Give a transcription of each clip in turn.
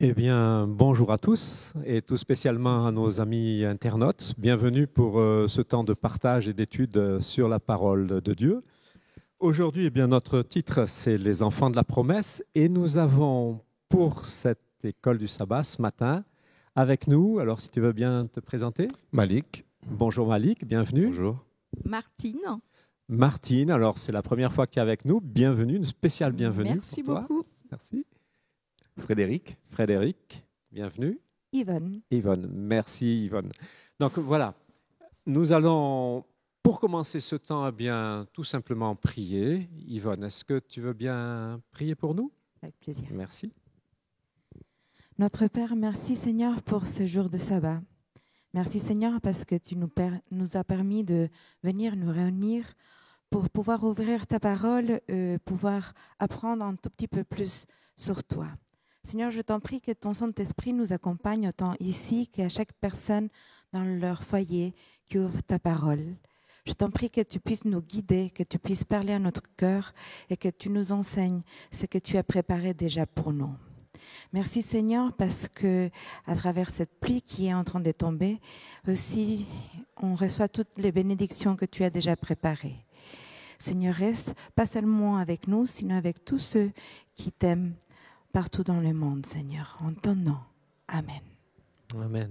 Eh bien, bonjour à tous et tout spécialement à nos amis internautes. Bienvenue pour ce temps de partage et d'étude sur la parole de Dieu. Aujourd'hui, eh bien, notre titre, c'est Les enfants de la promesse et nous avons pour cette école du sabbat ce matin avec nous, alors si tu veux bien te présenter. Malik. Bonjour Malik, bienvenue. Bonjour. Martine. Martine, alors c'est la première fois que tu es avec nous. Bienvenue, une spéciale bienvenue. Merci pour toi. beaucoup. Merci. Frédéric. Frédéric, bienvenue. Yvonne. Yvonne, merci Yvonne. Donc voilà, nous allons, pour commencer ce temps, eh bien, tout simplement prier. Yvonne, est-ce que tu veux bien prier pour nous? Avec plaisir. Merci. Notre Père, merci Seigneur pour ce jour de sabbat. Merci Seigneur parce que tu nous as permis de venir nous réunir pour pouvoir ouvrir ta parole, pouvoir apprendre un tout petit peu plus sur toi. Seigneur, je t'en prie que ton Saint-Esprit nous accompagne autant ici qu'à chaque personne dans leur foyer qui ouvre ta parole. Je t'en prie que tu puisses nous guider, que tu puisses parler à notre cœur et que tu nous enseignes ce que tu as préparé déjà pour nous. Merci Seigneur parce que à travers cette pluie qui est en train de tomber, aussi on reçoit toutes les bénédictions que tu as déjà préparées. Seigneur, reste pas seulement avec nous, sinon avec tous ceux qui t'aiment partout dans le monde, Seigneur, en ton nom. Amen. Amen.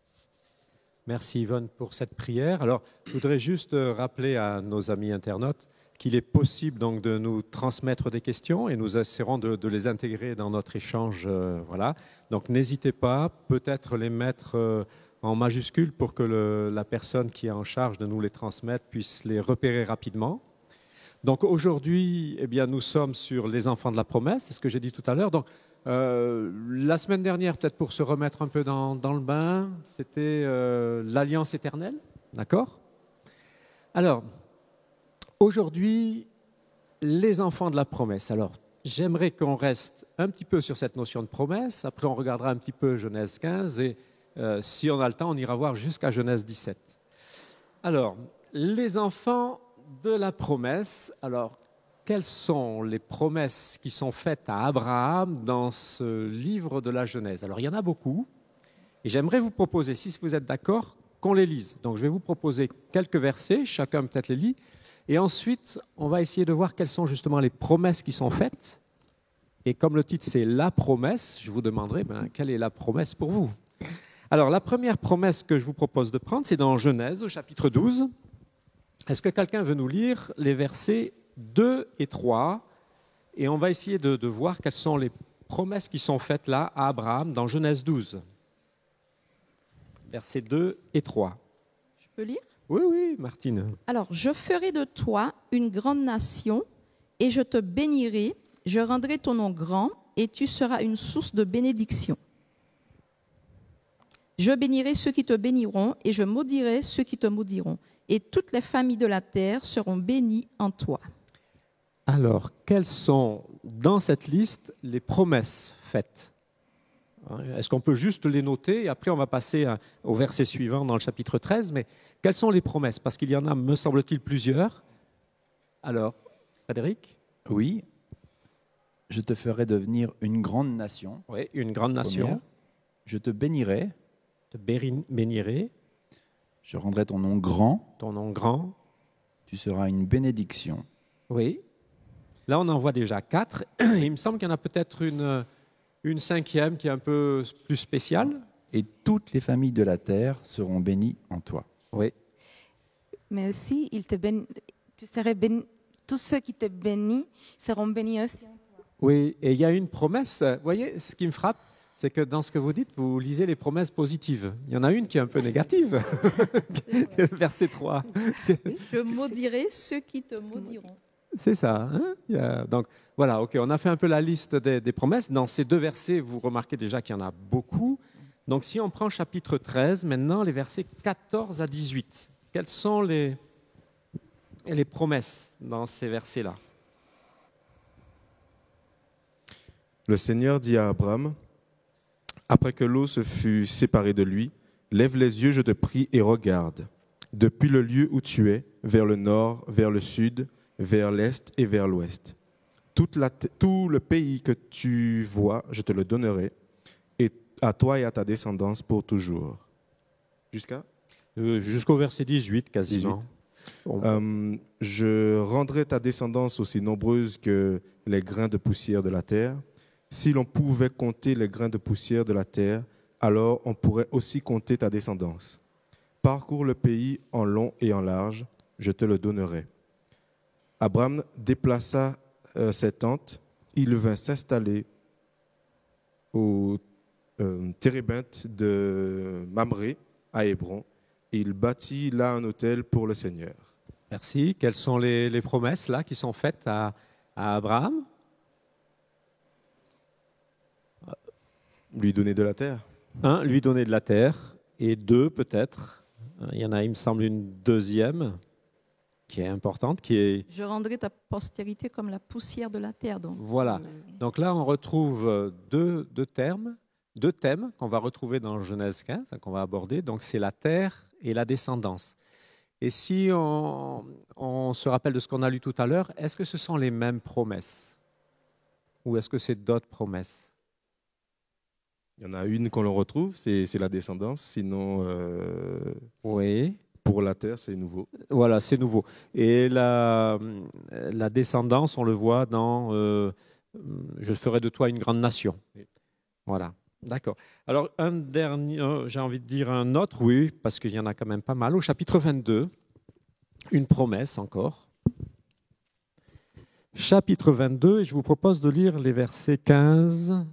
Merci Yvonne pour cette prière. Alors, je voudrais juste rappeler à nos amis internautes qu'il est possible donc de nous transmettre des questions et nous essaierons de les intégrer dans notre échange. Voilà. Donc, n'hésitez pas, peut-être les mettre en majuscule pour que la personne qui est en charge de nous les transmettre puisse les repérer rapidement. Donc aujourd'hui, eh bien, nous sommes sur les enfants de la promesse, c'est ce que j'ai dit tout à l'heure. Donc la semaine dernière, peut-être pour se remettre un peu dans le bain, c'était l'alliance éternelle, d'accord? Alors, aujourd'hui, les enfants de la promesse. Alors, j'aimerais qu'on reste un petit peu sur cette notion de promesse. Après, on regardera un petit peu Genèse 15 et si on a le temps, on ira voir jusqu'à Genèse 17. Alors, les enfants de la promesse. Alors, quelles sont les promesses qui sont faites à Abraham dans ce livre de la Genèse? Alors, il y en a beaucoup. Et j'aimerais vous proposer, si vous êtes d'accord, qu'on les lise. Donc, je vais vous proposer quelques versets, chacun peut-être les lit. Et ensuite, on va essayer de voir quelles sont justement les promesses qui sont faites. Et comme le titre, c'est la promesse, je vous demanderai, quelle est la promesse pour vous? Alors, la première promesse que je vous propose de prendre, c'est dans Genèse, au chapitre 12. Est-ce que quelqu'un veut nous lire les versets 2 et 3? Et on va essayer de voir quelles sont les promesses qui sont faites là à Abraham dans Genèse 12. Versets 2 et 3. Je peux lire? Oui, Martine. Alors, je ferai de toi une grande nation et je te bénirai, je rendrai ton nom grand et tu seras une source de bénédiction. Je bénirai ceux qui te béniront et je maudirai ceux qui te maudiront. Et toutes les familles de la terre seront bénies en toi. Alors, quelles sont dans cette liste les promesses faites? Est-ce qu'on peut juste les noter et après on va passer au verset suivant dans le chapitre 13, mais quelles sont les promesses? Parce qu'il y en a, me semble-t-il, plusieurs. Alors, Frédéric? Oui. Je te ferai devenir une grande nation. Oui, une grande nation. Première. Je te bénirai. Te bénirai. Je rendrai ton nom grand. Ton nom grand. Tu seras une bénédiction. Oui. Là, on en voit déjà 4. Il me semble qu'il y en a peut-être une cinquième qui est un peu plus spéciale. Et toutes les familles de la terre seront bénies en toi. Oui. Mais aussi, tu serais béni, tous ceux qui te bénissent seront bénis aussi en toi. Oui, et il y a une promesse. Vous voyez, ce qui me frappe, c'est que dans ce que vous dites, vous lisez les promesses positives. Il y en a une qui est un peu négative. Verset 3. Oui. Je maudirai ceux qui te maudiront. C'est ça. Hein? Donc voilà, ok, on a fait un peu la liste des promesses. Dans ces deux versets, vous remarquez déjà qu'il y en a beaucoup. Donc si on prend chapitre 13, maintenant les versets 14 à 18, quelles sont les promesses dans ces versets-là? Le Seigneur dit à Abraham, après que l'eau se fut séparée de lui, lève les yeux, je te prie, et regarde, depuis le lieu où tu es, vers le nord, vers le sud, vers l'est et vers l'ouest. Tout le pays que tu vois, je te le donnerai, et à toi et à ta descendance pour toujours. Jusqu'au verset 18, quasiment. 18. Je rendrai ta descendance aussi nombreuse que les grains de poussière de la terre. Si l'on pouvait compter les grains de poussière de la terre, alors on pourrait aussi compter ta descendance. Parcours le pays en long et en large, je te le donnerai. Abraham déplaça ses tentes, il vint s'installer au térébinthe de Mamré à Hébron, et il bâtit là un autel pour le Seigneur. Merci. Quelles sont les promesses là qui sont faites à Abraham? Lui donner de la terre. 1, lui donner de la terre, et 2, peut-être, il y en a, il me semble, une deuxième qui est importante, qui est... Je rendrai ta postérité comme la poussière de la terre. Donc. Voilà. Donc là, on retrouve deux thèmes qu'on va retrouver dans Genèse 15, qu'on va aborder. Donc c'est la terre et la descendance. Et si on se rappelle de ce qu'on a lu tout à l'heure, est-ce que ce sont les mêmes promesses? Ou est-ce que c'est d'autres promesses? Il y en a une qu'on le retrouve, c'est la descendance. Sinon, Oui. pour la terre, c'est nouveau. Voilà, c'est nouveau. Et la descendance, on le voit dans je ferai de toi une grande nation. Voilà, d'accord. Alors, un dernier, j'ai envie de dire un autre, oui, parce qu'il y en a quand même pas mal. Au chapitre 22, une promesse encore. Chapitre 22, et je vous propose de lire les versets 15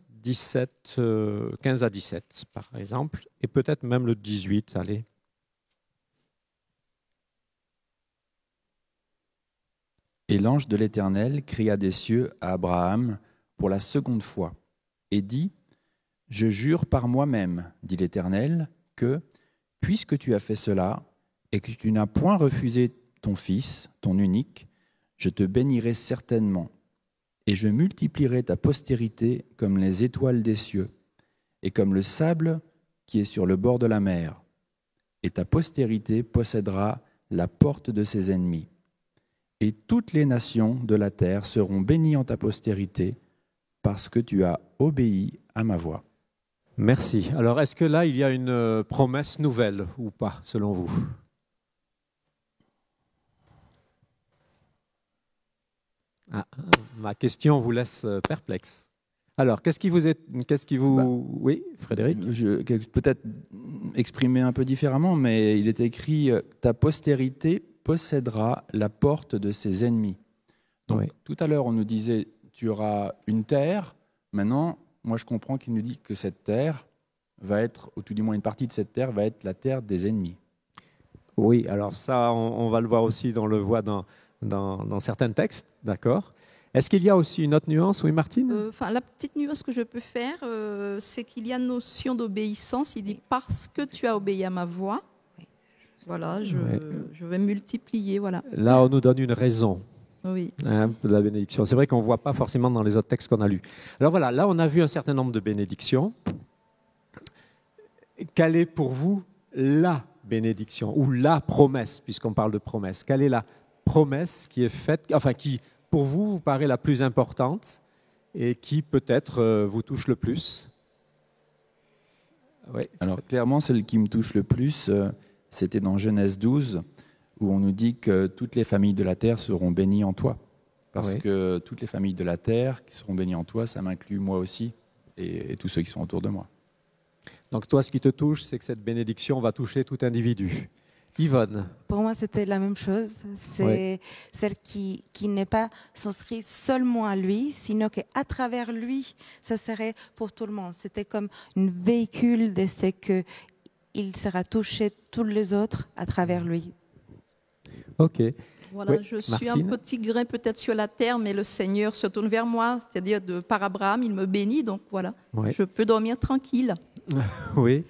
à 17, par exemple, et peut-être même le 18, allez. Et l'ange de l'Éternel cria des cieux à Abraham pour la seconde fois et dit : Je jure par moi-même, dit l'Éternel, que, puisque tu as fait cela et que tu n'as point refusé ton fils, ton unique, je te bénirai certainement, et je multiplierai ta postérité comme les étoiles des cieux, et comme le sable qui est sur le bord de la mer. Et ta postérité possédera la porte de ses ennemis. Et toutes les nations de la terre seront bénies en ta postérité, parce que tu as obéi à ma voix. Merci. Alors, est-ce que là, il y a une promesse nouvelle ou pas, selon vous? Ma question vous laisse perplexe. Alors, qu'est-ce qui vous... Oui, Frédéric? Je peut-être exprimer un peu différemment, mais il est écrit « Ta postérité possédera la porte de ses ennemis ». Donc, Oui. tout à l'heure, on nous disait « Tu auras une terre ». Maintenant, moi, je comprends qu'il nous dit que cette terre va être, ou tout du moins une partie de cette terre, va être la terre des ennemis. Oui, alors ça, on va le voir aussi, on le voit dans certains textes, d'accord. Est-ce qu'il y a aussi une autre nuance, oui, Martine? La petite nuance que je peux faire, c'est qu'il y a une notion d'obéissance. Il dit « parce que tu as obéi à ma voix ». Voilà, je vais multiplier, voilà. Là, on nous donne une raison. Oui. De la bénédiction. C'est vrai qu'on ne voit pas forcément dans les autres textes qu'on a lus. Alors voilà, là on a vu un certain nombre de bénédictions. Quelle est pour vous la bénédiction ou la promesse, puisqu'on parle de promesse? Quelle est la promesse qui est faite, enfin qui pour vous paraît la plus importante et qui peut-être vous touche le plus? Oui. Alors clairement, celle qui me touche le plus, c'était dans Genèse 12, où on nous dit que toutes les familles de la terre seront bénies en toi. Parce que toutes les familles de la terre qui seront bénies en toi, ça m'inclut moi aussi et tous ceux qui sont autour de moi. Donc toi, ce qui te touche, c'est que cette bénédiction va toucher tout individu. Yvonne? Pour moi, c'était la même chose. C'est celle qui n'est pas s'inscrite seulement à lui, sinon qu'à travers lui, ça serait pour tout le monde. C'était comme un véhicule de ce qu'il sera touché tous les autres à travers lui. Ok. Voilà, Oui, je suis Martine? un petit grain peut-être sur la terre, mais le Seigneur se tourne vers moi, c'est-à-dire par Abraham, il me bénit, donc voilà, je peux dormir tranquille. Oui.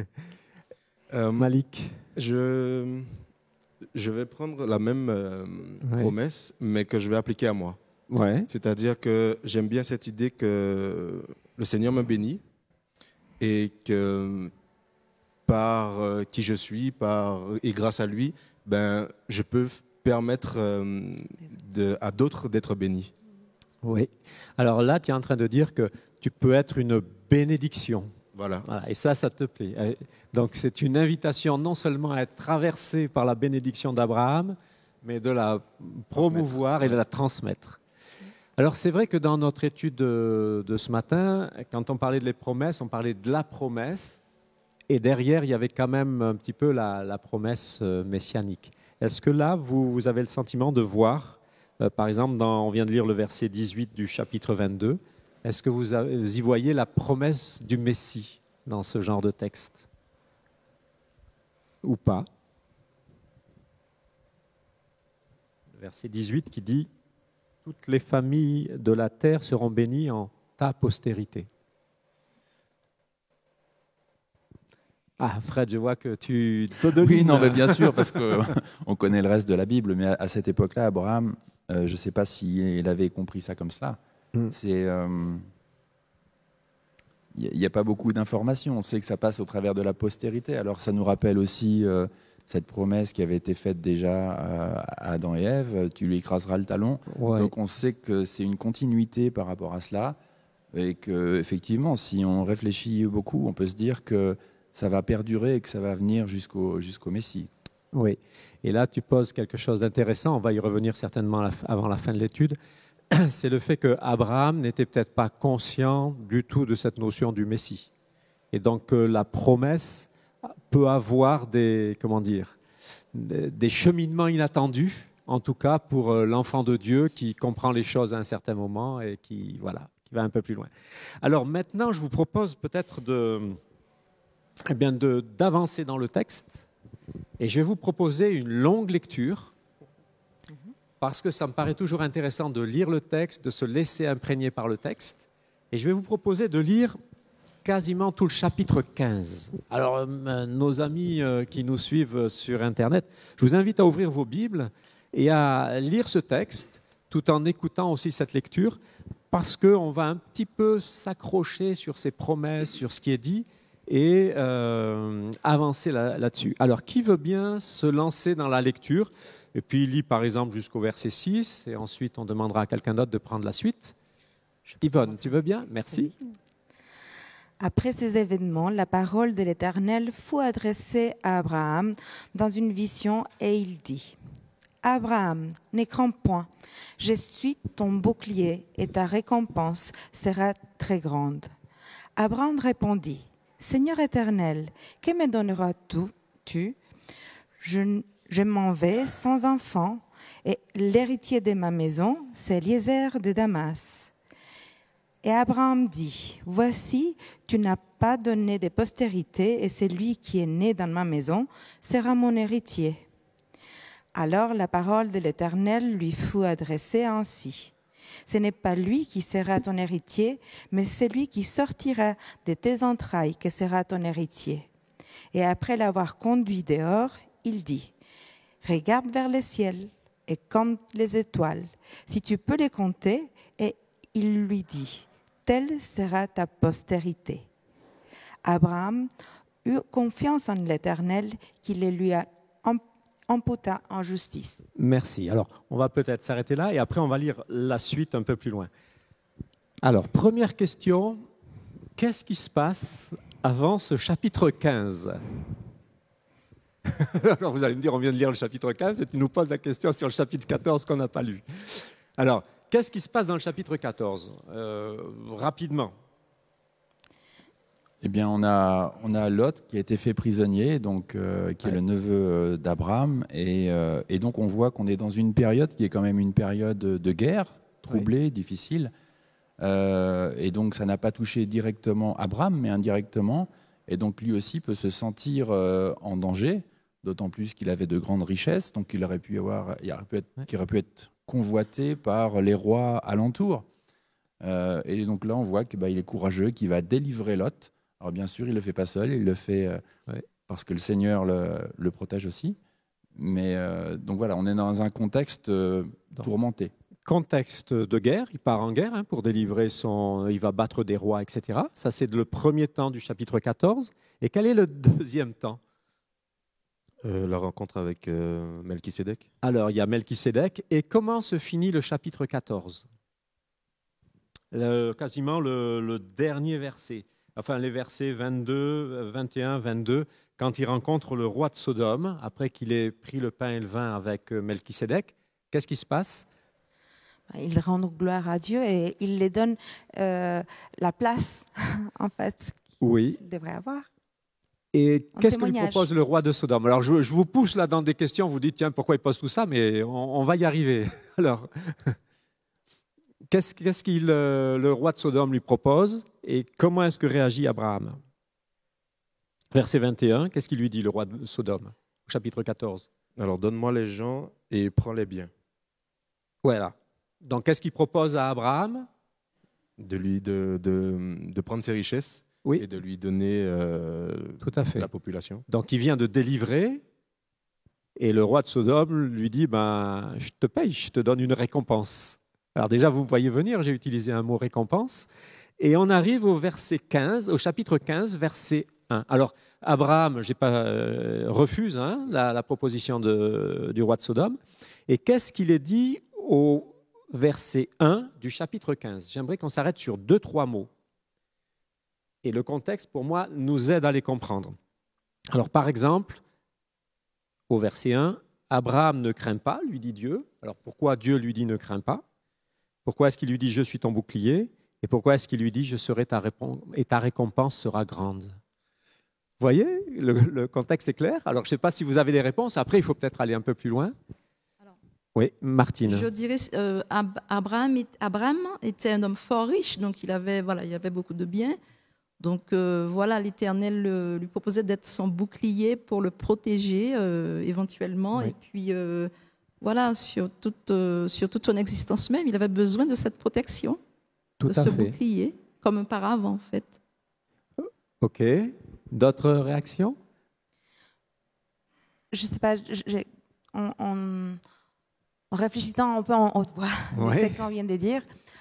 Malik? Je vais prendre la même promesse, mais que je vais appliquer à moi. Ouais. C'est-à-dire que j'aime bien cette idée que le Seigneur me bénit et que par qui je suis, et grâce à lui, je peux permettre à d'autres d'être bénis. Oui. Alors là, tu es en train de dire que tu peux être une bénédiction Voilà. Voilà, et ça te plaît. Donc c'est une invitation non seulement à être traversé par la bénédiction d'Abraham, mais de la promouvoir et de la transmettre. Alors c'est vrai que dans notre étude de ce matin, quand on parlait de les promesses, on parlait de la promesse, et derrière il y avait quand même un petit peu la promesse messianique. Est-ce que là, vous avez le sentiment de voir, par exemple, on vient de lire le verset 18 du chapitre 22, est-ce que vous y voyez la promesse du Messie dans ce genre de texte? Ou pas? Verset 18 qui dit « Toutes les familles de la terre seront bénies en ta postérité ». Ah, Fred, je vois que tu te devines. Oui, non, mais bien sûr, parce qu'on connaît le reste de la Bible, mais à cette époque-là, Abraham, je ne sais pas s'il avait compris ça comme ça. Il n'y a pas beaucoup d'informations. On sait que ça passe au travers de la postérité. Alors ça nous rappelle aussi cette promesse qui avait été faite déjà à Adam et Ève, tu lui écraseras le talon. Ouais. Donc on sait que c'est une continuité par rapport à cela. Et qu'effectivement, si on réfléchit beaucoup, on peut se dire que ça va perdurer et que ça va venir jusqu'au Messie. Oui. Et là, tu poses quelque chose d'intéressant. On va y revenir certainement avant la fin de l'étude. C'est le fait qu'Abraham n'était peut-être pas conscient du tout de cette notion du Messie. Et donc la promesse peut avoir des cheminements inattendus, en tout cas pour l'enfant de Dieu qui comprend les choses à un certain moment et qui va un peu plus loin. Alors maintenant, je vous propose peut-être d'avancer dans le texte et je vais vous proposer une longue lecture. Parce que ça me paraît toujours intéressant de lire le texte, de se laisser imprégner par le texte. Et je vais vous proposer de lire quasiment tout le chapitre 15. Alors, nos amis qui nous suivent sur Internet, je vous invite à ouvrir vos Bibles et à lire ce texte, tout en écoutant aussi cette lecture, parce qu'on va un petit peu s'accrocher sur ces promesses, sur ce qui est dit, et avancer là-dessus. Alors, qui veut bien se lancer dans la lecture ? Et puis il lit par exemple jusqu'au verset 6, et ensuite on demandera à quelqu'un d'autre de prendre la suite. Yvonne, tu veux bien? Merci. Après ces événements, la parole de l'Éternel fut adressée à Abraham dans une vision et il dit « Abraham, ne crains point, je suis ton bouclier et ta récompense sera très grande. » Abraham répondit « Seigneur Éternel, que me donneras-tu? Je m'en vais sans enfant, et l'héritier de ma maison, c'est Eliezer de Damas. » Et Abraham dit, « Voici, tu n'as pas donné de postérité, et celui qui est né dans ma maison sera mon héritier. » Alors la parole de l'Éternel lui fut adressée ainsi. « Ce n'est pas lui qui sera ton héritier, mais celui qui sortira de tes entrailles qui sera ton héritier. » Et après l'avoir conduit dehors, il dit, regarde vers le ciel et compte les étoiles, si tu peux les compter. Et il lui dit, telle sera ta postérité. Abraham eut confiance en l'Éternel qui les lui a imputa en justice. Merci. Alors, on va peut-être s'arrêter là et après on va lire la suite un peu plus loin. Alors, première question, qu'est-ce qui se passe avant ce chapitre 15 ? Alors vous allez me dire, on vient de lire le chapitre 15 et tu nous poses la question sur le chapitre 14 qu'on n'a pas lu. Alors, qu'est-ce qui se passe dans le chapitre 14 ? Rapidement. Eh bien, on a Lot qui a été fait prisonnier, donc, qui est le neveu d'Abraham. Et donc, on voit qu'on est dans une période qui est quand même une période de guerre, troublée, difficile. Et donc, ça n'a pas touché directement Abraham, mais indirectement. Et donc, lui aussi peut se sentir en danger. D'autant plus qu'il avait de grandes richesses, donc il aurait pu être convoité par les rois alentours. Et donc là, on voit qu'il est courageux, qu'il va délivrer Lot. Alors bien sûr, il ne le fait pas seul, il le fait parce que le Seigneur le protège aussi. Mais donc voilà, on est dans un contexte tourmenté. Contexte de guerre, il part en guerre pour délivrer il va battre des rois, etc. Ça, c'est le premier temps du chapitre 14. Et quel est le deuxième temps ? La rencontre avec Melchisédek. Alors, il y a Melchisédek. Et comment se finit le chapitre 14 ? Quasiment le dernier verset. enfin les versets 22, 21, 22, quand il rencontre le roi de Sodome, après qu'il ait pris le pain et le vin avec Melchisédek, qu'est-ce qui se passe? Il rend gloire à Dieu et il les donne la place, en fait, Oui. qu'il devrait avoir. Et En qu'est-ce que lui témoignage. propose le roi de Sodome? Alors, je vous pousse là dans des questions, vous dites, tiens, pourquoi il pose tout ça? Mais on va y arriver. Alors, qu'est-ce qu'il, le roi de Sodome lui propose et comment est-ce que réagit Abraham? Verset 21, qu'est-ce qu'il lui dit, le roi de Sodome, au chapitre 14? Alors donne-moi les gens et prends les biens. Voilà. Donc, qu'est-ce qu'il propose à Abraham? De prendre ses richesses Oui. et de lui donner Tout à fait. la population. Donc, il vient de délivrer et le roi de Sodome lui dit, ben, je te paye, je te donne une récompense. Alors déjà, vous me voyez venir, j'ai utilisé un mot récompense. Et on arrive au verset 15, au chapitre 15, verset 1. Alors, Abraham, refuse la proposition du roi de Sodome. Et qu'est-ce qu'il est dit au verset 1 du chapitre 15? J'aimerais qu'on s'arrête sur 2-3 mots. Et le contexte, pour moi, nous aide à les comprendre. Alors, par exemple, au verset 1, Abraham ne craint pas, lui dit Dieu. Alors, pourquoi Dieu lui dit ne crains pas? Pourquoi est-ce qu'il lui dit je suis ton bouclier? Et pourquoi est-ce qu'il lui dit je serai et ta récompense sera grande? Vous voyez, le contexte est clair. Alors, je ne sais pas si vous avez des réponses. Après, il faut peut-être aller un peu plus loin. Oui, Martine. Je dirais Abraham était un homme fort riche, donc il avait beaucoup de biens. Donc voilà, l'Éternel lui proposait d'être son bouclier pour le protéger éventuellement. Oui. Et puis voilà, sur toute son existence même, il avait besoin de cette protection, Tout de à ce fait. bouclier, comme un paravent en fait. OK. D'autres réactions? Je ne sais pas, en réfléchissant un peu en haute voix Ouais. de ce qu'on vient de dire,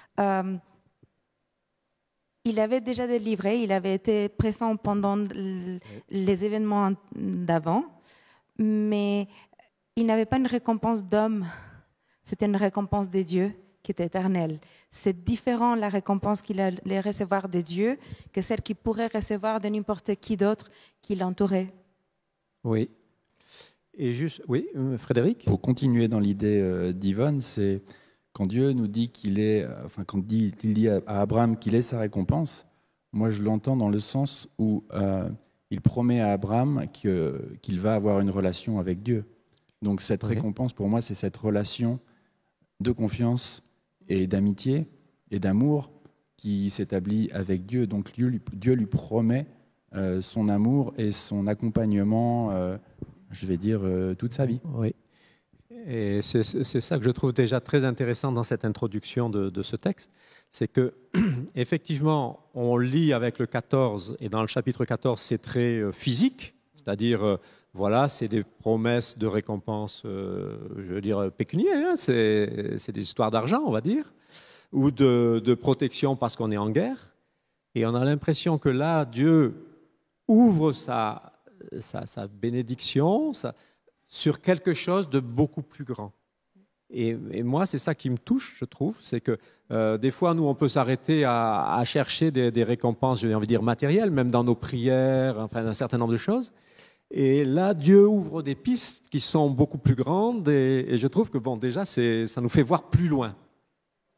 il avait déjà délivré, il avait été présent pendant les événements d'avant, mais il n'avait pas une récompense d'homme, c'était une récompense des dieux qui est éternelle. C'est différent la récompense qu'il allait recevoir de Dieu que celle qu'il pourrait recevoir de n'importe qui d'autre qui l'entourait. Oui. Et juste, oui, Frédéric? Pour continuer dans l'idée d'Yvonne, c'est quand Dieu nous dit qu'il est, quand il dit à Abraham qu'il est sa récompense, moi je l'entends dans le sens où il promet à Abraham qu'il va avoir une relation avec Dieu. Donc cette récompense, pour moi, c'est cette relation de confiance et d'amitié et d'amour qui s'établit avec Dieu. Donc Dieu lui promet son amour et son accompagnement, je vais dire, toute sa vie. Oui. Et c'est ça que je trouve déjà très intéressant dans cette introduction de ce texte, c'est que effectivement, on lit avec le 14, et dans le chapitre 14, c'est très physique, c'est-à-dire, voilà, c'est des promesses de récompense, je veux dire, pécuniaires, hein, c'est des histoires d'argent, on va dire, ou de protection parce qu'on est en guerre. Et on a l'impression que là, Dieu ouvre sa bénédiction, sur quelque chose de beaucoup plus grand. Et moi, c'est ça qui me touche, je trouve, c'est que des fois, nous, on peut s'arrêter à chercher des récompenses, j'ai envie de dire matérielles, même dans nos prières, enfin, un certain nombre de choses. Et là, Dieu ouvre des pistes qui sont beaucoup plus grandes, et je trouve que, bon, déjà, ça nous fait voir plus loin. D'accord ?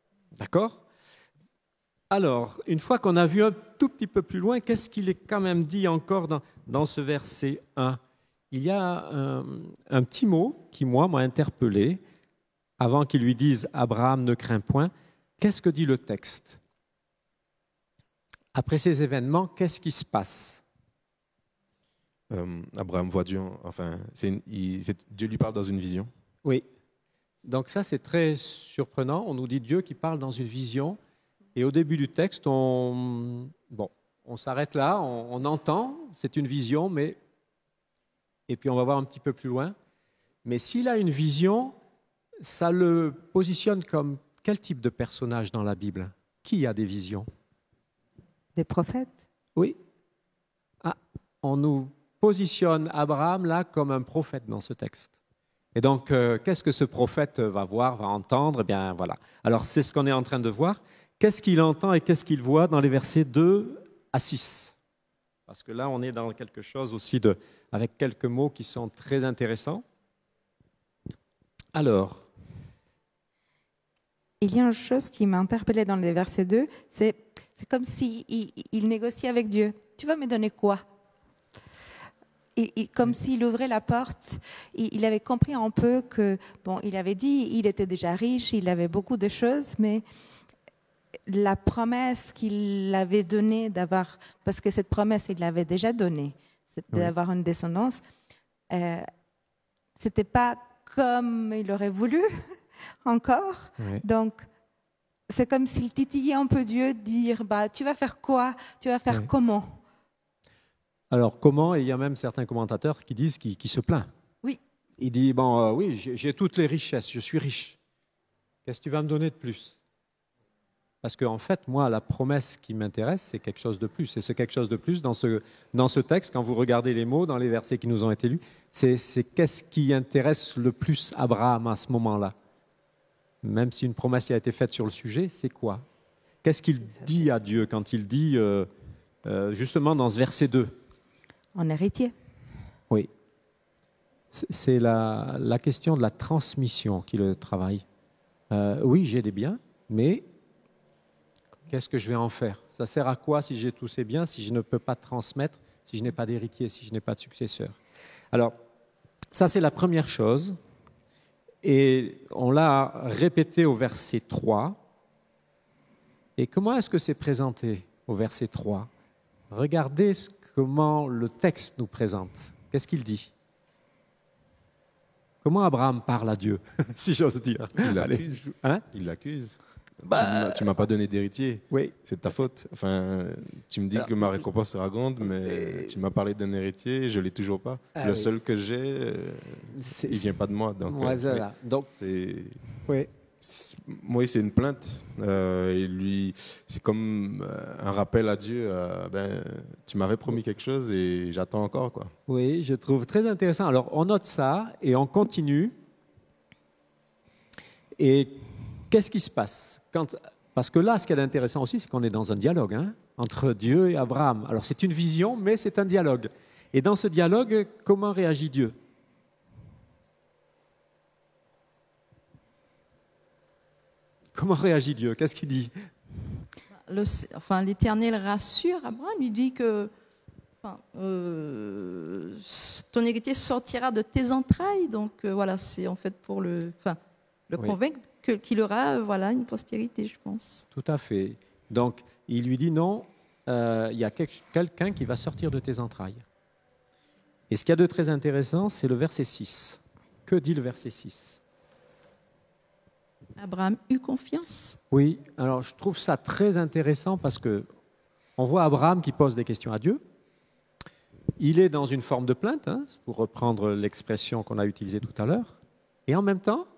Alors, une fois qu'on a vu un tout petit peu plus loin, qu'est-ce qu'il est quand même dit encore dans ce verset 1 ? Il y a un petit mot qui, moi, m'a interpellé avant qu'il lui dise « Abraham ne craint point ». Qu'est-ce que dit le texte? Après ces événements, qu'est-ce qui se passe? Abraham voit Dieu, Dieu lui parle dans une vision. Oui. Donc ça, c'est très surprenant. On nous dit Dieu qui parle dans une vision. Et au début du texte, on s'arrête là, on entend, c'est une vision, mais... Et puis on va voir un petit peu plus loin. Mais s'il a une vision, ça le positionne comme quel type de personnage dans la Bible? Qui a des visions? Des prophètes? Oui. Ah, on nous positionne Abraham là comme un prophète dans ce texte. Et donc, qu'est-ce que ce prophète va voir, va entendre? Eh bien, voilà. Alors, c'est ce qu'on est en train de voir. Qu'est-ce qu'il entend et qu'est-ce qu'il voit dans les versets 2 à 6? Parce que là, on est dans quelque chose aussi avec quelques mots qui sont très intéressants. Alors, il y a une chose qui m'a interpellée dans les versets 2, c'est comme s'il il négociait avec Dieu. Tu vas me donner quoi? Comme s'il ouvrait la porte, il avait compris un peu que, bon, il avait dit, il était déjà riche, il avait beaucoup de choses, mais la promesse qu'il avait donnée d'avoir, parce que cette promesse, il l'avait déjà donnée, c'était d'avoir une descendance, c'était pas comme il aurait voulu encore. oui. Donc, c'est comme s'il titillait un peu Dieu, dire, bah, tu vas faire quoi? Tu vas faire comment? Alors, comment? Et il y a même certains commentateurs qui disent qu'il se plaint. Oui. Il dit, bon, oui, j'ai toutes les richesses, je suis riche. Qu'est-ce que tu vas me donner de plus? Parce qu'en fait, moi, la promesse qui m'intéresse, c'est quelque chose de plus. Et ce quelque chose de plus, dans ce texte, quand vous regardez les mots, dans les versets qui nous ont été lus, c'est qu'est-ce qui intéresse le plus Abraham à ce moment-là? Même si une promesse a été faite sur le sujet, c'est quoi? Qu'est-ce qu'il dit à Dieu quand il dit, justement dans ce verset 2? En héritier. Oui. C'est la question de la transmission qui le travaille. Oui, j'ai des biens, mais qu'est-ce que je vais en faire? Ça sert à quoi si j'ai tous ces biens, si je ne peux pas transmettre, si je n'ai pas d'héritier, si je n'ai pas de successeur? Alors, ça c'est la première chose. Et on l'a répété au verset 3. Et comment est-ce que c'est présenté au verset 3? Regardez comment le texte nous présente. Qu'est-ce qu'il dit? Comment Abraham parle à Dieu, si j'ose dire? Il l'accuse. Hein? Il l'accuse. Bah, Tu m'as pas donné d'héritier. Oui. C'est de ta faute. Enfin, tu me dis que ma récompense sera grande, mais tu m'as parlé d'un héritier, je l'ai toujours pas. Le oui. seul que j'ai, il vient pas de moi. Donc, voilà. Donc, oui. Moi, c'est une plainte. Et lui, c'est comme un rappel à Dieu. Tu m'avais promis quelque chose et j'attends encore, quoi. Oui, je trouve très intéressant. Alors, on note ça et on continue. Et qu'est-ce qui se passe parce que là, ce qui est intéressant aussi, c'est qu'on est dans un dialogue entre Dieu et Abraham. Alors, c'est une vision, mais c'est un dialogue. Et dans ce dialogue, comment réagit Dieu? Comment réagit Dieu? Qu'est-ce qu'il dit? L'Éternel rassure Abraham, il dit que ton héritier sortira de tes entrailles. Donc voilà, c'est en fait pour le convaincre qu'il aura une postérité, je pense. Tout à fait. Donc, il lui dit non, il y a quelqu'un qui va sortir de tes entrailles. Et ce qu'il y a de très intéressant, c'est le verset 6. Que dit le verset 6? Abraham eut confiance. Oui, alors je trouve ça très intéressant parce que on voit Abraham qui pose des questions à Dieu. Il est dans une forme de plainte, pour reprendre l'expression qu'on a utilisée tout à l'heure. Et en même temps,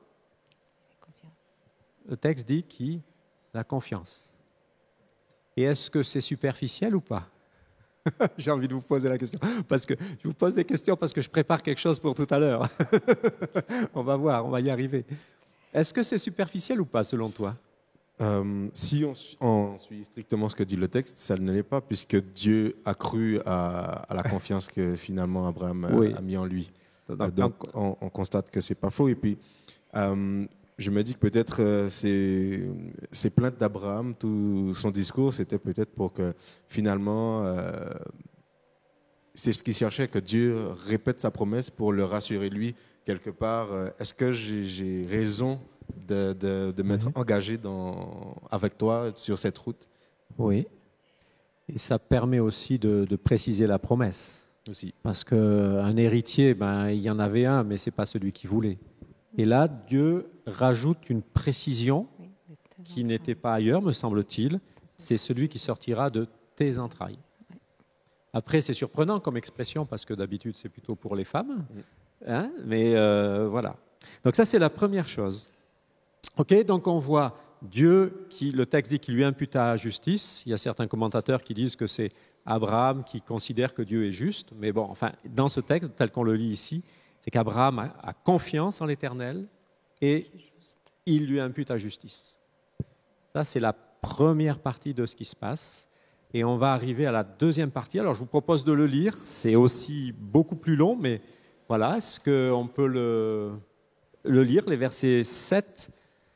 le texte dit qu'il a confiance. Et est-ce que c'est superficiel ou pas? J'ai envie de vous poser la question. Parce que je vous pose des questions parce que je prépare quelque chose pour tout à l'heure. On va voir, on va y arriver. Est-ce que c'est superficiel ou pas, selon toi? Si on suit strictement ce que dit le texte, ça ne l'est pas, puisque Dieu a cru à la confiance que finalement Abraham a mis en lui. Donc on constate que ce n'est pas faux. Et puis, je me dis que peut-être ces plaintes d'Abraham, tout son discours, c'était peut-être pour que finalement, c'est ce qu'il cherchait, que Dieu répète sa promesse pour le rassurer lui, quelque part. Est-ce que j'ai raison de m'être engagé avec toi sur cette route? Oui. Et ça permet aussi de préciser la promesse. Aussi. Parce qu'un héritier, il y en avait un, mais ce n'est pas celui qu'il voulait. Et là, Dieu rajoute une précision qui n'était pas ailleurs, me semble-t-il. C'est celui qui sortira de tes entrailles. Après, c'est surprenant comme expression, parce que d'habitude, c'est plutôt pour les femmes. Mais voilà. Donc ça, c'est la première chose. Ok, donc on voit Dieu, le texte dit qu'il lui imputa justice. Il y a certains commentateurs qui disent que c'est Abraham qui considère que Dieu est juste. Mais bon, enfin, dans ce texte, tel qu'on le lit ici, c'est qu'Abraham a confiance en l'Éternel et il lui impute à justice. Ça, c'est la première partie de ce qui se passe. Et on va arriver à la deuxième partie. Alors, je vous propose de le lire. C'est aussi beaucoup plus long, mais voilà, est-ce qu'on peut le lire, les versets 7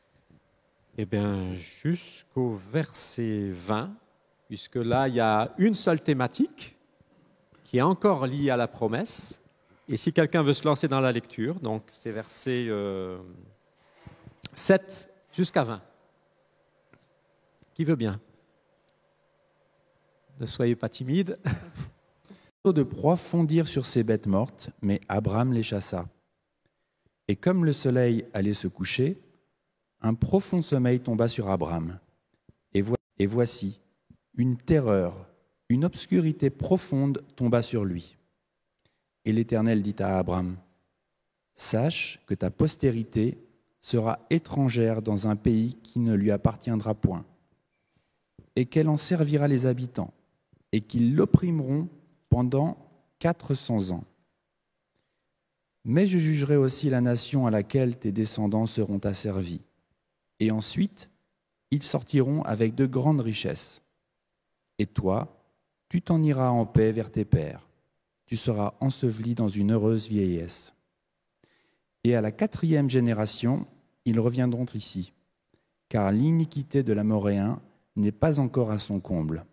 jusqu'au verset 20, puisque là, il y a une seule thématique qui est encore liée à la promesse. Et si quelqu'un veut se lancer dans la lecture, donc c'est versets 7 jusqu'à 20. Qui veut bien? Ne soyez pas timide. De proie fondirent sur ces bêtes mortes, mais Abraham les chassa. Et comme le soleil allait se coucher, un profond sommeil tomba sur Abraham. Et voici, une terreur, une obscurité profonde tomba sur lui. Et l'Éternel dit à Abraham, « Sache que ta postérité sera étrangère dans un pays qui ne lui appartiendra point, et qu'elle en servira les habitants, et qu'ils l'opprimeront pendant 400 ans. Mais je jugerai aussi la nation à laquelle tes descendants seront asservis. Et ensuite, ils sortiront avec de grandes richesses. Et toi, tu t'en iras en paix vers tes pères. Tu seras enseveli dans une heureuse vieillesse. Et à la 4e génération, ils reviendront ici, car l'iniquité de l'Amoréen n'est pas encore à son comble.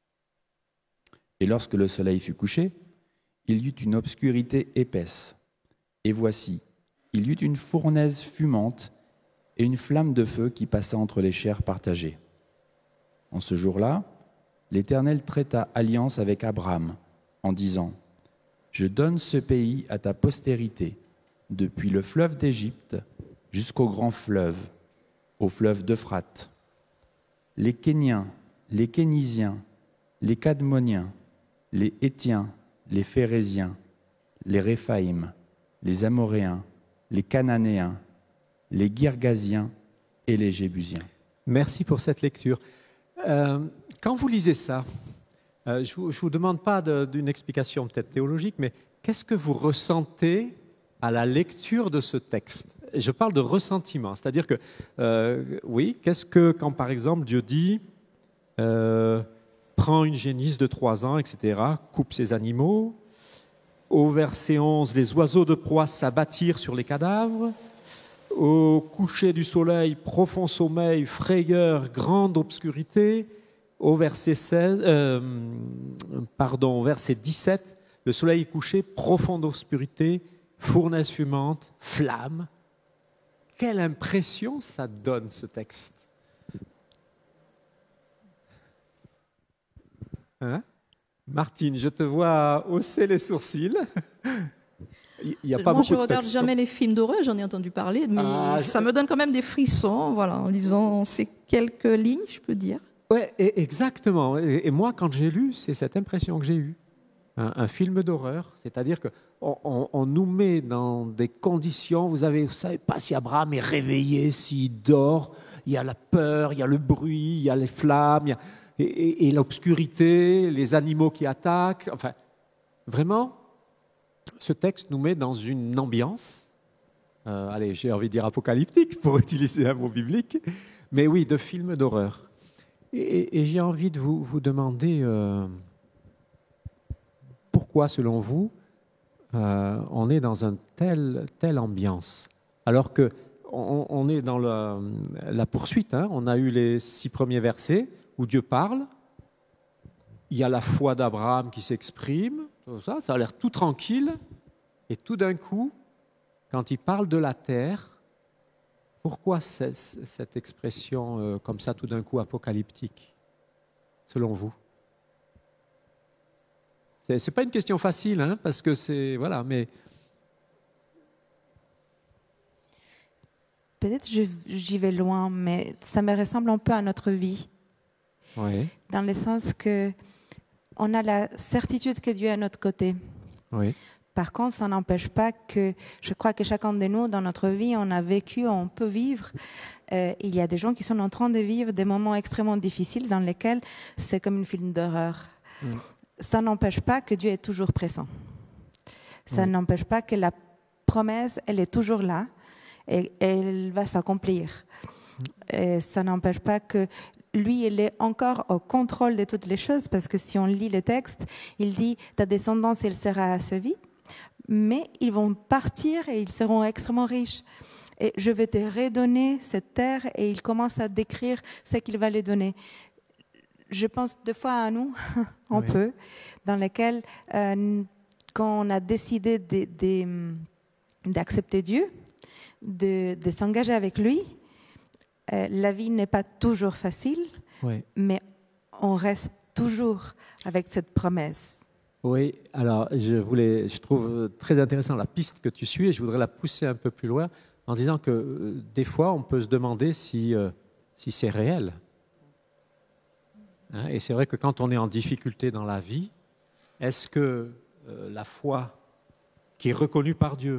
Et lorsque le soleil fut couché, il y eut une obscurité épaisse. Et voici, il y eut une fournaise fumante et une flamme de feu qui passa entre les chairs partagées. En ce jour-là, l'Éternel traita alliance avec Abraham en disant, « Je donne ce pays à ta postérité, depuis le fleuve d'Égypte jusqu'au grand fleuve, au fleuve d'Euphrate. Les Kéniens, les Kénisiens, les Cadmoniens, les Hétiens, les Phéréziens, les Réphaïm, les Amoréens, les Cananéens, les Girgasiens et les Jébusiens. » Merci pour cette lecture. Quand vous lisez ça, je ne vous demande pas d'une explication peut-être théologique, mais qu'est-ce que vous ressentez à la lecture de ce texte? Je parle de ressentiment, c'est-à-dire que, oui, qu'est-ce que quand par exemple Dieu dit prends une génisse de 3 ans, etc., coupe ses animaux. Au verset 11, les oiseaux de proie s'abattirent sur les cadavres. Au coucher du soleil, profond sommeil, frayeur, grande obscurité. Au verset 17, le soleil est couché, profonde obscurité, fournaise fumante, flamme. Quelle impression ça donne, ce texte! Hein? Martine, je te vois hausser les sourcils. Il y a pas Moi, beaucoup je ne de regarde textes. jamais les films d'horreur, j'en ai entendu parler, mais ça me donne quand même des frissons, voilà, en lisant ces quelques lignes, je peux dire. Oui, exactement. Et moi, quand j'ai lu, c'est cette impression que j'ai eue. Un film d'horreur, c'est-à-dire qu'on nous met dans des conditions, vous ne savez pas si Abraham est réveillé, s'il dort, il y a la peur, il y a le bruit, il y a les flammes, et l'obscurité, les animaux qui attaquent. Enfin, vraiment, ce texte nous met dans une ambiance, allez, j'ai envie de dire apocalyptique, pour utiliser un mot biblique, mais oui, de film d'horreur. Et j'ai envie de vous demander pourquoi, selon vous, on est dans une telle ambiance, alors qu'on est dans la poursuite. Hein. On a eu les 6 premiers versets où Dieu parle, il y a la foi d'Abraham qui s'exprime, tout ça a l'air tout tranquille, et tout d'un coup, quand il parle de la terre, pourquoi cette expression comme ça, tout d'un coup, apocalyptique, selon vous? C'est pas une question facile, hein, parce que c'est... Voilà, mais... Peut-être j'y vais loin, mais ça me ressemble un peu à notre vie. Oui. Dans le sens que on a la certitude que Dieu est à notre côté. Oui. Par contre, ça n'empêche pas que je crois que chacun de nous, dans notre vie, on a vécu, on peut vivre. Il y a des gens qui sont en train de vivre des moments extrêmement difficiles dans lesquels c'est comme un film d'horreur. Ça n'empêche pas que Dieu est toujours présent. Ça n'empêche pas que la promesse, elle est toujours là et elle va s'accomplir. Et ça n'empêche pas que lui, il est encore au contrôle de toutes les choses, parce que si on lit le texte, il dit « ta descendance, elle sera assouvie », mais ils vont partir et ils seront extrêmement riches. Et je vais te redonner cette terre, et il commence à décrire ce qu'il va lui donner. Je pense deux fois à nous, un peu, dans lesquels, quand on a décidé d'accepter Dieu, de s'engager avec lui, la vie n'est pas toujours facile, mais on reste toujours avec cette promesse. Oui, alors je trouve très intéressant la piste que tu suis et je voudrais la pousser un peu plus loin en disant que des fois on peut se demander si c'est réel. Hein, et c'est vrai que quand on est en difficulté dans la vie, est-ce que la foi qui est reconnue par Dieu,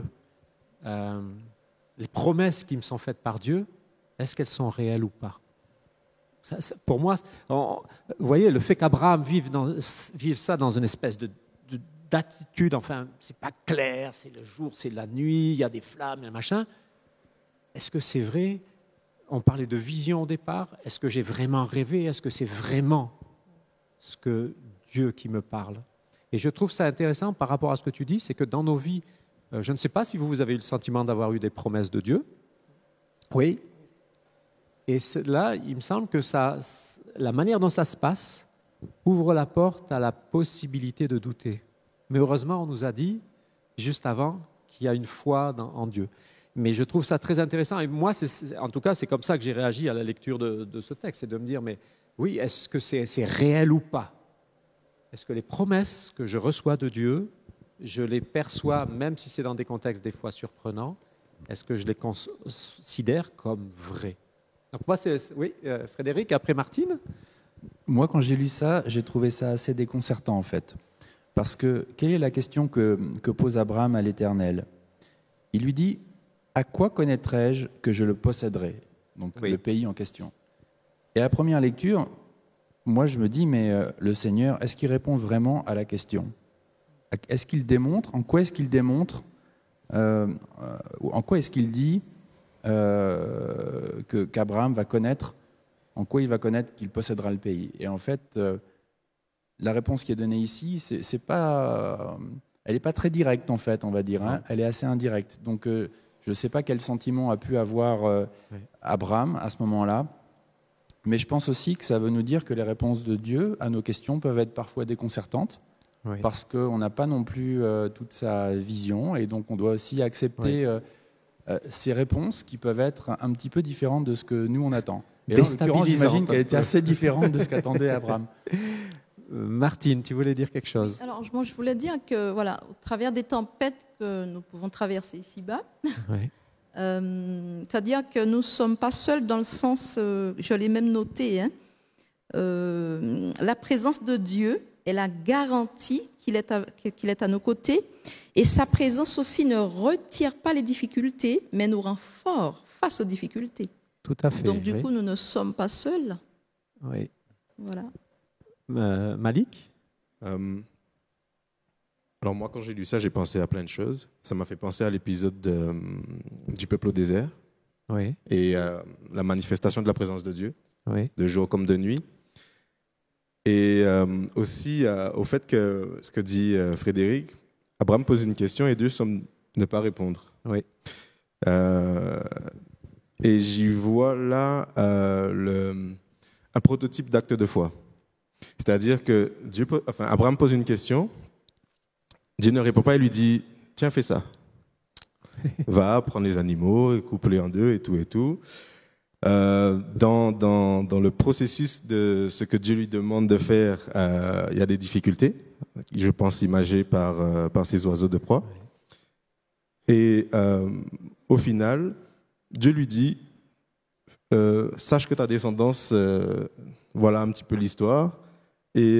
les promesses qui me sont faites par Dieu, est-ce qu'elles sont réelles ou pas? Pour moi, vous voyez, le fait qu'Abraham vive ça dans une espèce d'attitude, enfin, c'est pas clair, c'est le jour, c'est la nuit, il y a des flammes, il y a machin. Est-ce que c'est vrai? On parlait de vision au départ. Est-ce que j'ai vraiment rêvé? Est-ce que c'est vraiment ce que Dieu qui me parle? Et je trouve ça intéressant par rapport à ce que tu dis, c'est que dans nos vies, je ne sais pas si vous avez eu le sentiment d'avoir eu des promesses de Dieu. Oui. Et là, il me semble que la manière dont ça se passe ouvre la porte à la possibilité de douter. Mais heureusement, on nous a dit, juste avant, qu'il y a une foi en Dieu. Mais je trouve ça très intéressant. Et moi, en tout cas, c'est comme ça que j'ai réagi à la lecture de ce texte. C'est de me dire, mais oui, est-ce que c'est réel ou pas? Est-ce que les promesses que je reçois de Dieu, je les perçois, même si c'est dans des contextes des fois surprenants, est-ce que je les considère comme vraies? Donc moi, oui, Frédéric, après Martine. Moi, quand j'ai lu ça, j'ai trouvé ça assez déconcertant, en fait. Parce que, quelle est la question que pose Abraham à l'Éternel? Il lui dit, à quoi connaîtrai-je que je le posséderai? Donc, le pays en question. Et à la première lecture, moi, je me dis, mais le Seigneur, est-ce qu'il répond vraiment à la question? Est-ce qu'il démontre? En quoi est-ce qu'il démontre? En quoi est-ce qu'il dit qu'Abraham va connaître, en quoi il va connaître qu'il possédera le pays? Et en fait, la réponse qui est donnée ici, elle n'est pas très directe, en fait, on va dire. Hein. Elle est assez indirecte. Donc, je ne sais pas quel sentiment a pu avoir Abraham à ce moment-là, mais je pense aussi que ça veut nous dire que les réponses de Dieu à nos questions peuvent être parfois déconcertantes, parce qu'on n'a pas non plus toute sa vision, et donc on doit aussi accepter ces réponses qui peuvent être un petit peu différentes de ce que nous on attend. Et là, en l'occurrence, j'imagine qu'elle était assez différente de ce qu'attendait Abraham. Martine, tu voulais dire quelque chose? Alors, moi, je voulais dire que, voilà, au travers des tempêtes que nous pouvons traverser ici-bas, c'est-à-dire que nous ne sommes pas seuls dans le sens, je l'ai même noté, hein, la présence de Dieu est la garantie qu'il est à nos côtés, et sa présence aussi ne retire pas les difficultés, mais nous rend forts face aux difficultés. Tout à fait. Donc, du coup, nous ne sommes pas seuls. Oui. Voilà. Malik? Alors moi, quand j'ai lu ça, j'ai pensé à plein de choses. Ça m'a fait penser à l'épisode du peuple au désert et la manifestation de la présence de Dieu, de jour comme de nuit. Et aussi au fait que, ce que dit Frédéric, Abraham pose une question et Dieu semble ne pas répondre. Et j'y vois là un prototype d'acte de foi. C'est-à-dire que Abraham pose une question, Dieu ne répond pas et lui dit « Tiens, fais ça. Va, prends les animaux, coupe-les en deux et tout et tout. » Dans le processus de ce que Dieu lui demande de faire, il y a des difficultés, je pense imagées par ces oiseaux de proie. Et au final, Dieu lui dit sache que ta descendance, voilà un petit peu l'histoire. Et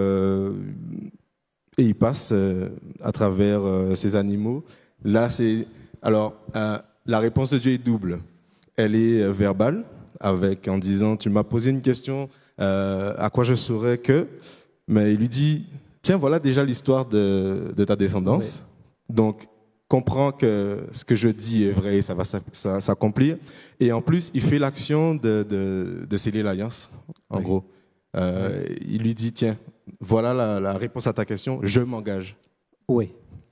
il passe à travers ces animaux. Là, la réponse de Dieu est double. Elle est verbale, en disant « Tu m'as posé une question, à quoi je saurais que ?» Mais il lui dit « Tiens, voilà déjà l'histoire de ta descendance. » Donc, comprend que ce que je dis est vrai et ça va s'accomplir. Et en plus, il fait l'action de sceller l'alliance, en gros. Il lui dit, tiens, voilà la réponse à ta question, je m'engage. Oui.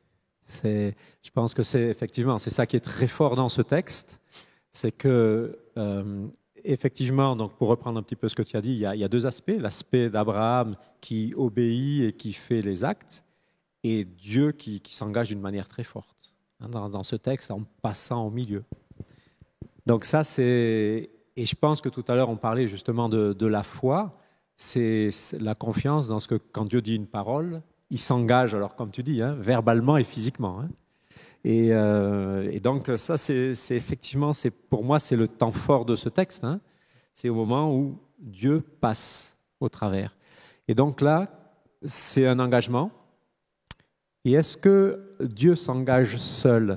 Je pense que c'est effectivement, c'est ça qui est très fort dans ce texte, c'est que, effectivement, donc pour reprendre un petit peu ce que tu as dit, il y a deux aspects, l'aspect d'Abraham qui obéit et qui fait les actes, et Dieu qui s'engage d'une manière très forte dans ce texte en passant au milieu. Donc ça, c'est... Et je pense que tout à l'heure, on parlait justement de la foi, c'est la confiance dans ce que, quand Dieu dit une parole, il s'engage, alors comme tu dis, verbalement et physiquement. Et donc ça, c'est effectivement, pour moi, c'est le temps fort de ce texte. C'est au moment où Dieu passe au travers. Et donc là, c'est un engagement. Et est-ce que Dieu s'engage seul?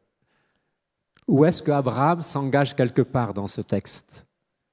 Ou est-ce qu'Abraham s'engage quelque part dans ce texte?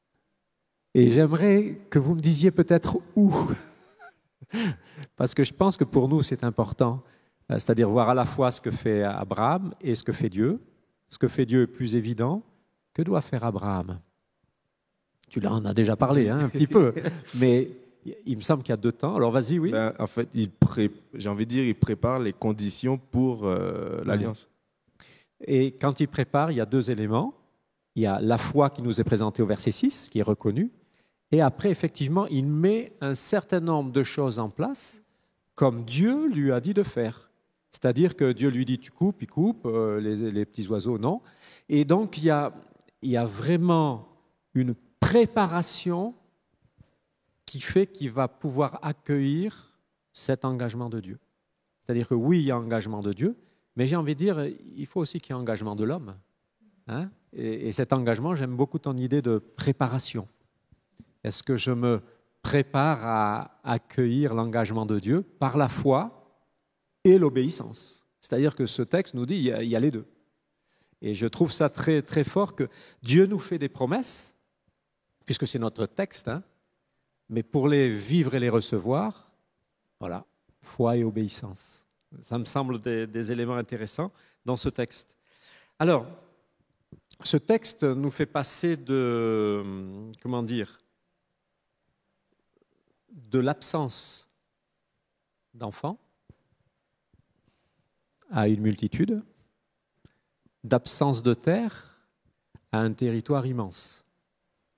Et j'aimerais que vous me disiez peut-être où. Parce que je pense que pour nous, c'est important. C'est-à-dire voir à la fois ce que fait Abraham et ce que fait Dieu. Ce que fait Dieu est plus évident. Que doit faire Abraham? Tu en as déjà parlé un petit peu. Mais il me semble qu'il y a 2 temps. Alors vas-y, oui. En fait, j'ai envie de dire, il prépare les conditions pour l'alliance. Et quand il prépare, il y a 2 éléments. Il y a la foi qui nous est présentée au verset 6, qui est reconnue. Et après, effectivement, il met un certain nombre de choses en place, comme Dieu lui a dit de faire. C'est-à-dire que Dieu lui dit, tu coupes, il coupe, les petits oiseaux, non. Et donc, il y a vraiment une préparation qui fait qu'il va pouvoir accueillir cet engagement de Dieu. C'est-à-dire que oui, il y a engagement de Dieu, mais j'ai envie de dire, il faut aussi qu'il y ait engagement de l'homme. Et cet engagement, j'aime beaucoup ton idée de préparation. Est-ce que je me prépare à accueillir l'engagement de Dieu par la foi et l'obéissance? C'est-à-dire que ce texte nous dit il y a les deux. Et je trouve ça très, très fort que Dieu nous fait des promesses, puisque c'est notre texte, mais pour les vivre et les recevoir, voilà, foi et obéissance. Ça me semble des éléments intéressants dans ce texte. Alors, ce texte nous fait passer de l'absence d'enfants à une multitude, d'absence de terre à un territoire immense. D'accord ?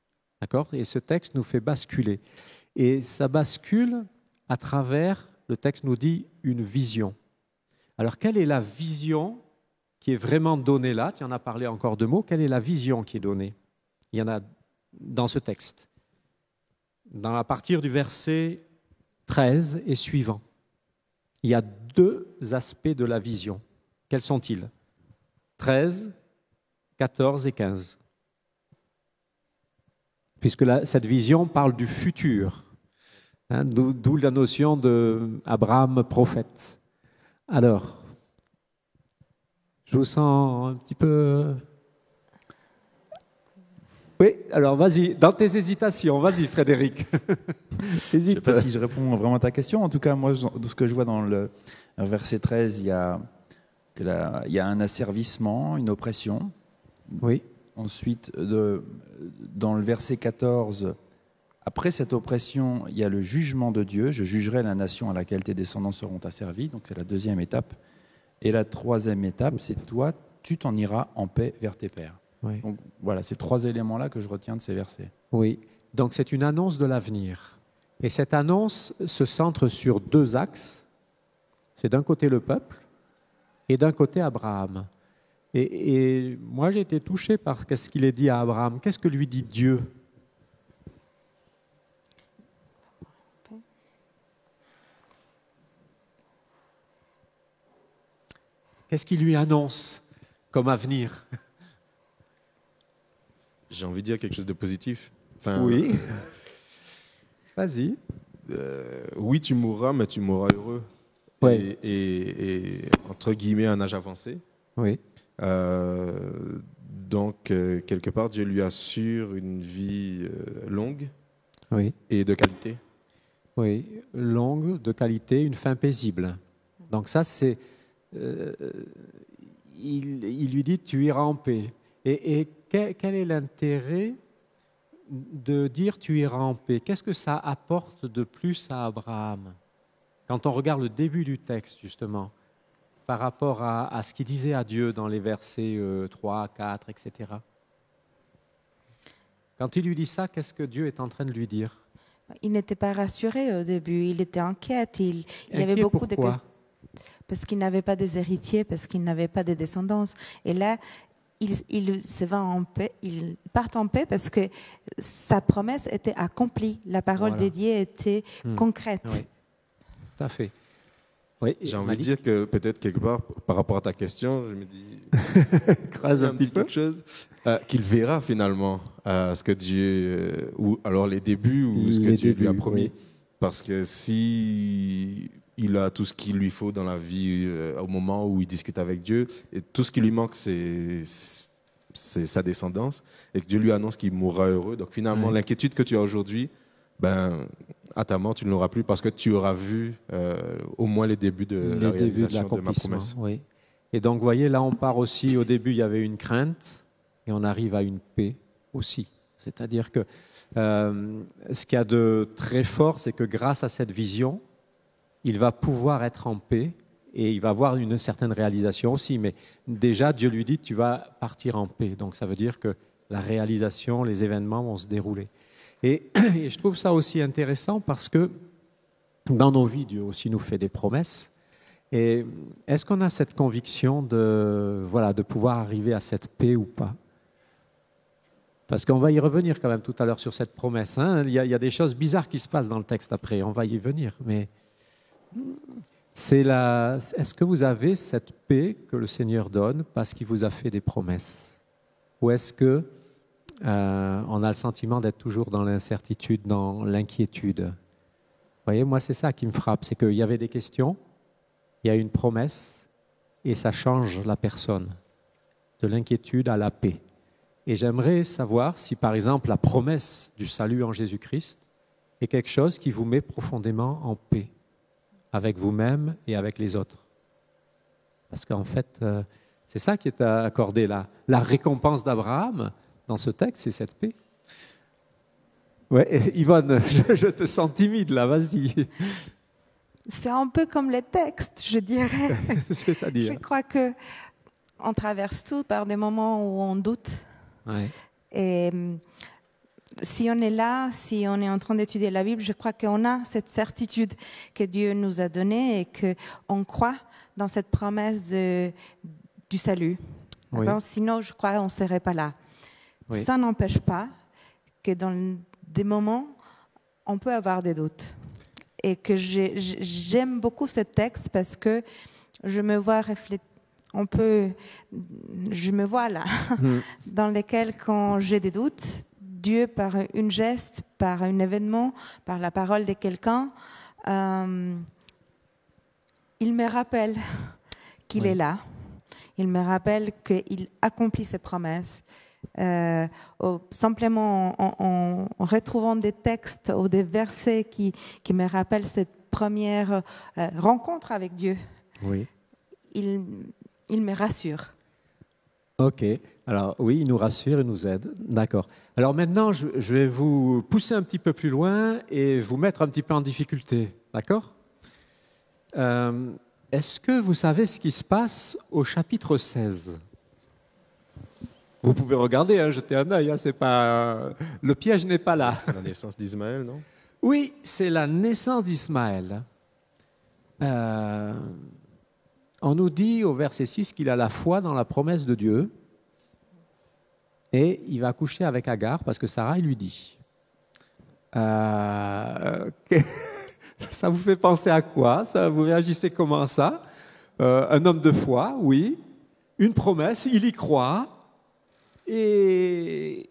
Et ce texte nous fait basculer. Et ça bascule à travers, le texte nous dit, une vision. Alors, quelle est la vision qui est vraiment donnée là? Tu en as parlé encore 2 mots. Quelle est la vision qui est donnée? Il y en a dans ce texte. À partir du verset 13 et suivant, il y a 2 aspects de la vision. Quels sont-ils? 13, 14 et 15. Puisque cette vision parle du futur, d'où la notion d'Abraham prophète. Alors, je vous sens un petit peu... Oui, alors vas-y, dans tes hésitations, vas-y Frédéric. Je ne sais pas si je réponds vraiment à ta question. En tout cas, moi, de ce que je vois dans le verset 13, il y a un asservissement, une oppression. Oui. Ensuite, dans le verset 14, après cette oppression, il y a le jugement de Dieu. Je jugerai la nation à laquelle tes descendants seront asservis. Donc c'est la 2e étape. Et la 3e étape, c'est toi, tu t'en iras en paix vers tes pères. Oui. Donc voilà, ces 3 éléments-là que je retiens de ces versets. Oui, donc c'est une annonce de l'avenir. Et cette annonce se centre sur 2 axes. C'est d'un côté le peuple et d'un côté Abraham. Et moi, j'ai été touché par ce qu'il est dit à Abraham. Qu'est-ce que lui dit Dieu? Qu'est-ce qu'il lui annonce comme avenir? J'ai envie de dire quelque chose de positif. Oui. Vas-y. Oui, tu mourras, mais tu mourras heureux. Ouais. Et entre guillemets, à un âge avancé. Oui. Donc, quelque part, Dieu lui assure une vie longue Oui. et de qualité. Oui, longue, de qualité, une fin paisible. Donc ça, il lui dit tu iras en paix. Et quel est l'intérêt de dire tu iras en paix? Qu'est-ce que ça apporte de plus à Abraham? Quand on regarde le début du texte, justement, par rapport à ce qu'il disait à Dieu dans les versets 3, 4, etc. Quand il lui dit ça, qu'est-ce que Dieu est en train de lui dire? Il n'était pas rassuré au début, il était inquiète. Il y avait Inquiet, beaucoup de pourquoi? questions. Parce qu'il n'avait pas des héritiers, parce qu'il n'avait pas de descendance. Et là, il se va en paix, il part en paix parce que sa promesse était accomplie. La parole Voilà. de Dieu était concrète. Oui, tout à fait. Oui, J'ai envie de Malik, dire que peut-être quelque part, par rapport à ta question, je me dis crase un petit peu. quelque chose qu'il verra finalement ce que Dieu, ou alors les débuts, ou ce que Les Dieu lui a débuts, promis. oui. Parce que si il a tout ce qu'il lui faut dans la vie au moment où il discute avec Dieu, et tout ce qui lui manque, c'est sa descendance, et que Dieu lui annonce qu'il mourra heureux. Donc finalement, Ouais. l'inquiétude que tu as aujourd'hui, ben, à ta mort, tu ne l'auras plus parce que tu auras vu au moins les débuts de la Les débuts de réalisation de ma l'accomplissement. promesse. Oui. Et donc, vous voyez, là, on part aussi, au début, il y avait une crainte, et on arrive à une paix aussi. C'est-à-dire que ce qu'il y a de très fort, c'est que grâce à cette vision, il va pouvoir être en paix, et il va avoir une certaine réalisation aussi. Mais déjà, Dieu lui dit, tu vas partir en paix. Donc, ça veut dire que la réalisation, les événements vont se dérouler. Et je trouve ça aussi intéressant parce que dans nos vies, Dieu aussi nous fait des promesses. Et est-ce qu'on a cette conviction de pouvoir arriver à cette paix ou pas? Parce qu'on va y revenir quand même tout à l'heure sur cette promesse. Hein. Il y a des choses bizarres qui se passent dans le texte après, on va y venir. Mais est-ce que vous avez cette paix que le Seigneur donne parce qu'il vous a fait des promesses? Ou est-ce que on a le sentiment d'être toujours dans l'incertitude, dans l'inquiétude? Vous voyez, moi, c'est ça qui me frappe, c'est qu'il y avait des questions, il y a une promesse, et ça change la personne, de l'inquiétude à la paix. Et j'aimerais savoir si, par exemple, la promesse du salut en Jésus-Christ est quelque chose qui vous met profondément en paix, avec vous-même et avec les autres. Parce qu'en fait, c'est ça qui est accordé là. La récompense d'Abraham, dans ce texte, c'est cette paix. Ouais, Yvonne, je te sens timide là, vas-y. C'est un peu comme les textes, je dirais. C'est-à-dire Je crois que on traverse tout par des moments où on doute. Ouais. Et si on est là, si on est en train d'étudier la Bible, je crois qu'on a cette certitude que Dieu nous a donnée et qu'on croit dans cette promesse du salut. Oui. Sinon, je crois qu'on ne serait pas là. Oui. Ça n'empêche pas que dans des moments, on peut avoir des doutes. Et que j'aime beaucoup ce texte parce que je me vois je me vois là, dans lesquels quand j'ai des doutes, Dieu, par une geste, par un événement, par la parole de quelqu'un, il me rappelle qu'il est là. Il me rappelle qu'il accomplit ses promesses. Simplement en retrouvant des textes ou des versets qui me rappellent cette première rencontre avec Dieu, Oui. il me rassure. Ok. Alors oui, il nous rassure, il nous aide. D'accord. Alors maintenant, je vais vous pousser un petit peu plus loin et vous mettre un petit peu en difficulté. D'accord? Est-ce que vous savez ce qui se passe au chapitre 16? Vous pouvez regarder, hein, jeter un œil. Hein, c'est pas... Le piège n'est pas là. La naissance d'Ismaël, non? Oui, c'est la naissance d'Ismaël. On nous dit au verset 6 qu'il a la foi dans la promesse de Dieu et il va coucher avec Agar parce que Sarah lui dit. Ça vous fait penser à quoi? Vous réagissez comment ça? Un homme de foi, oui. Une promesse, il y croit. Et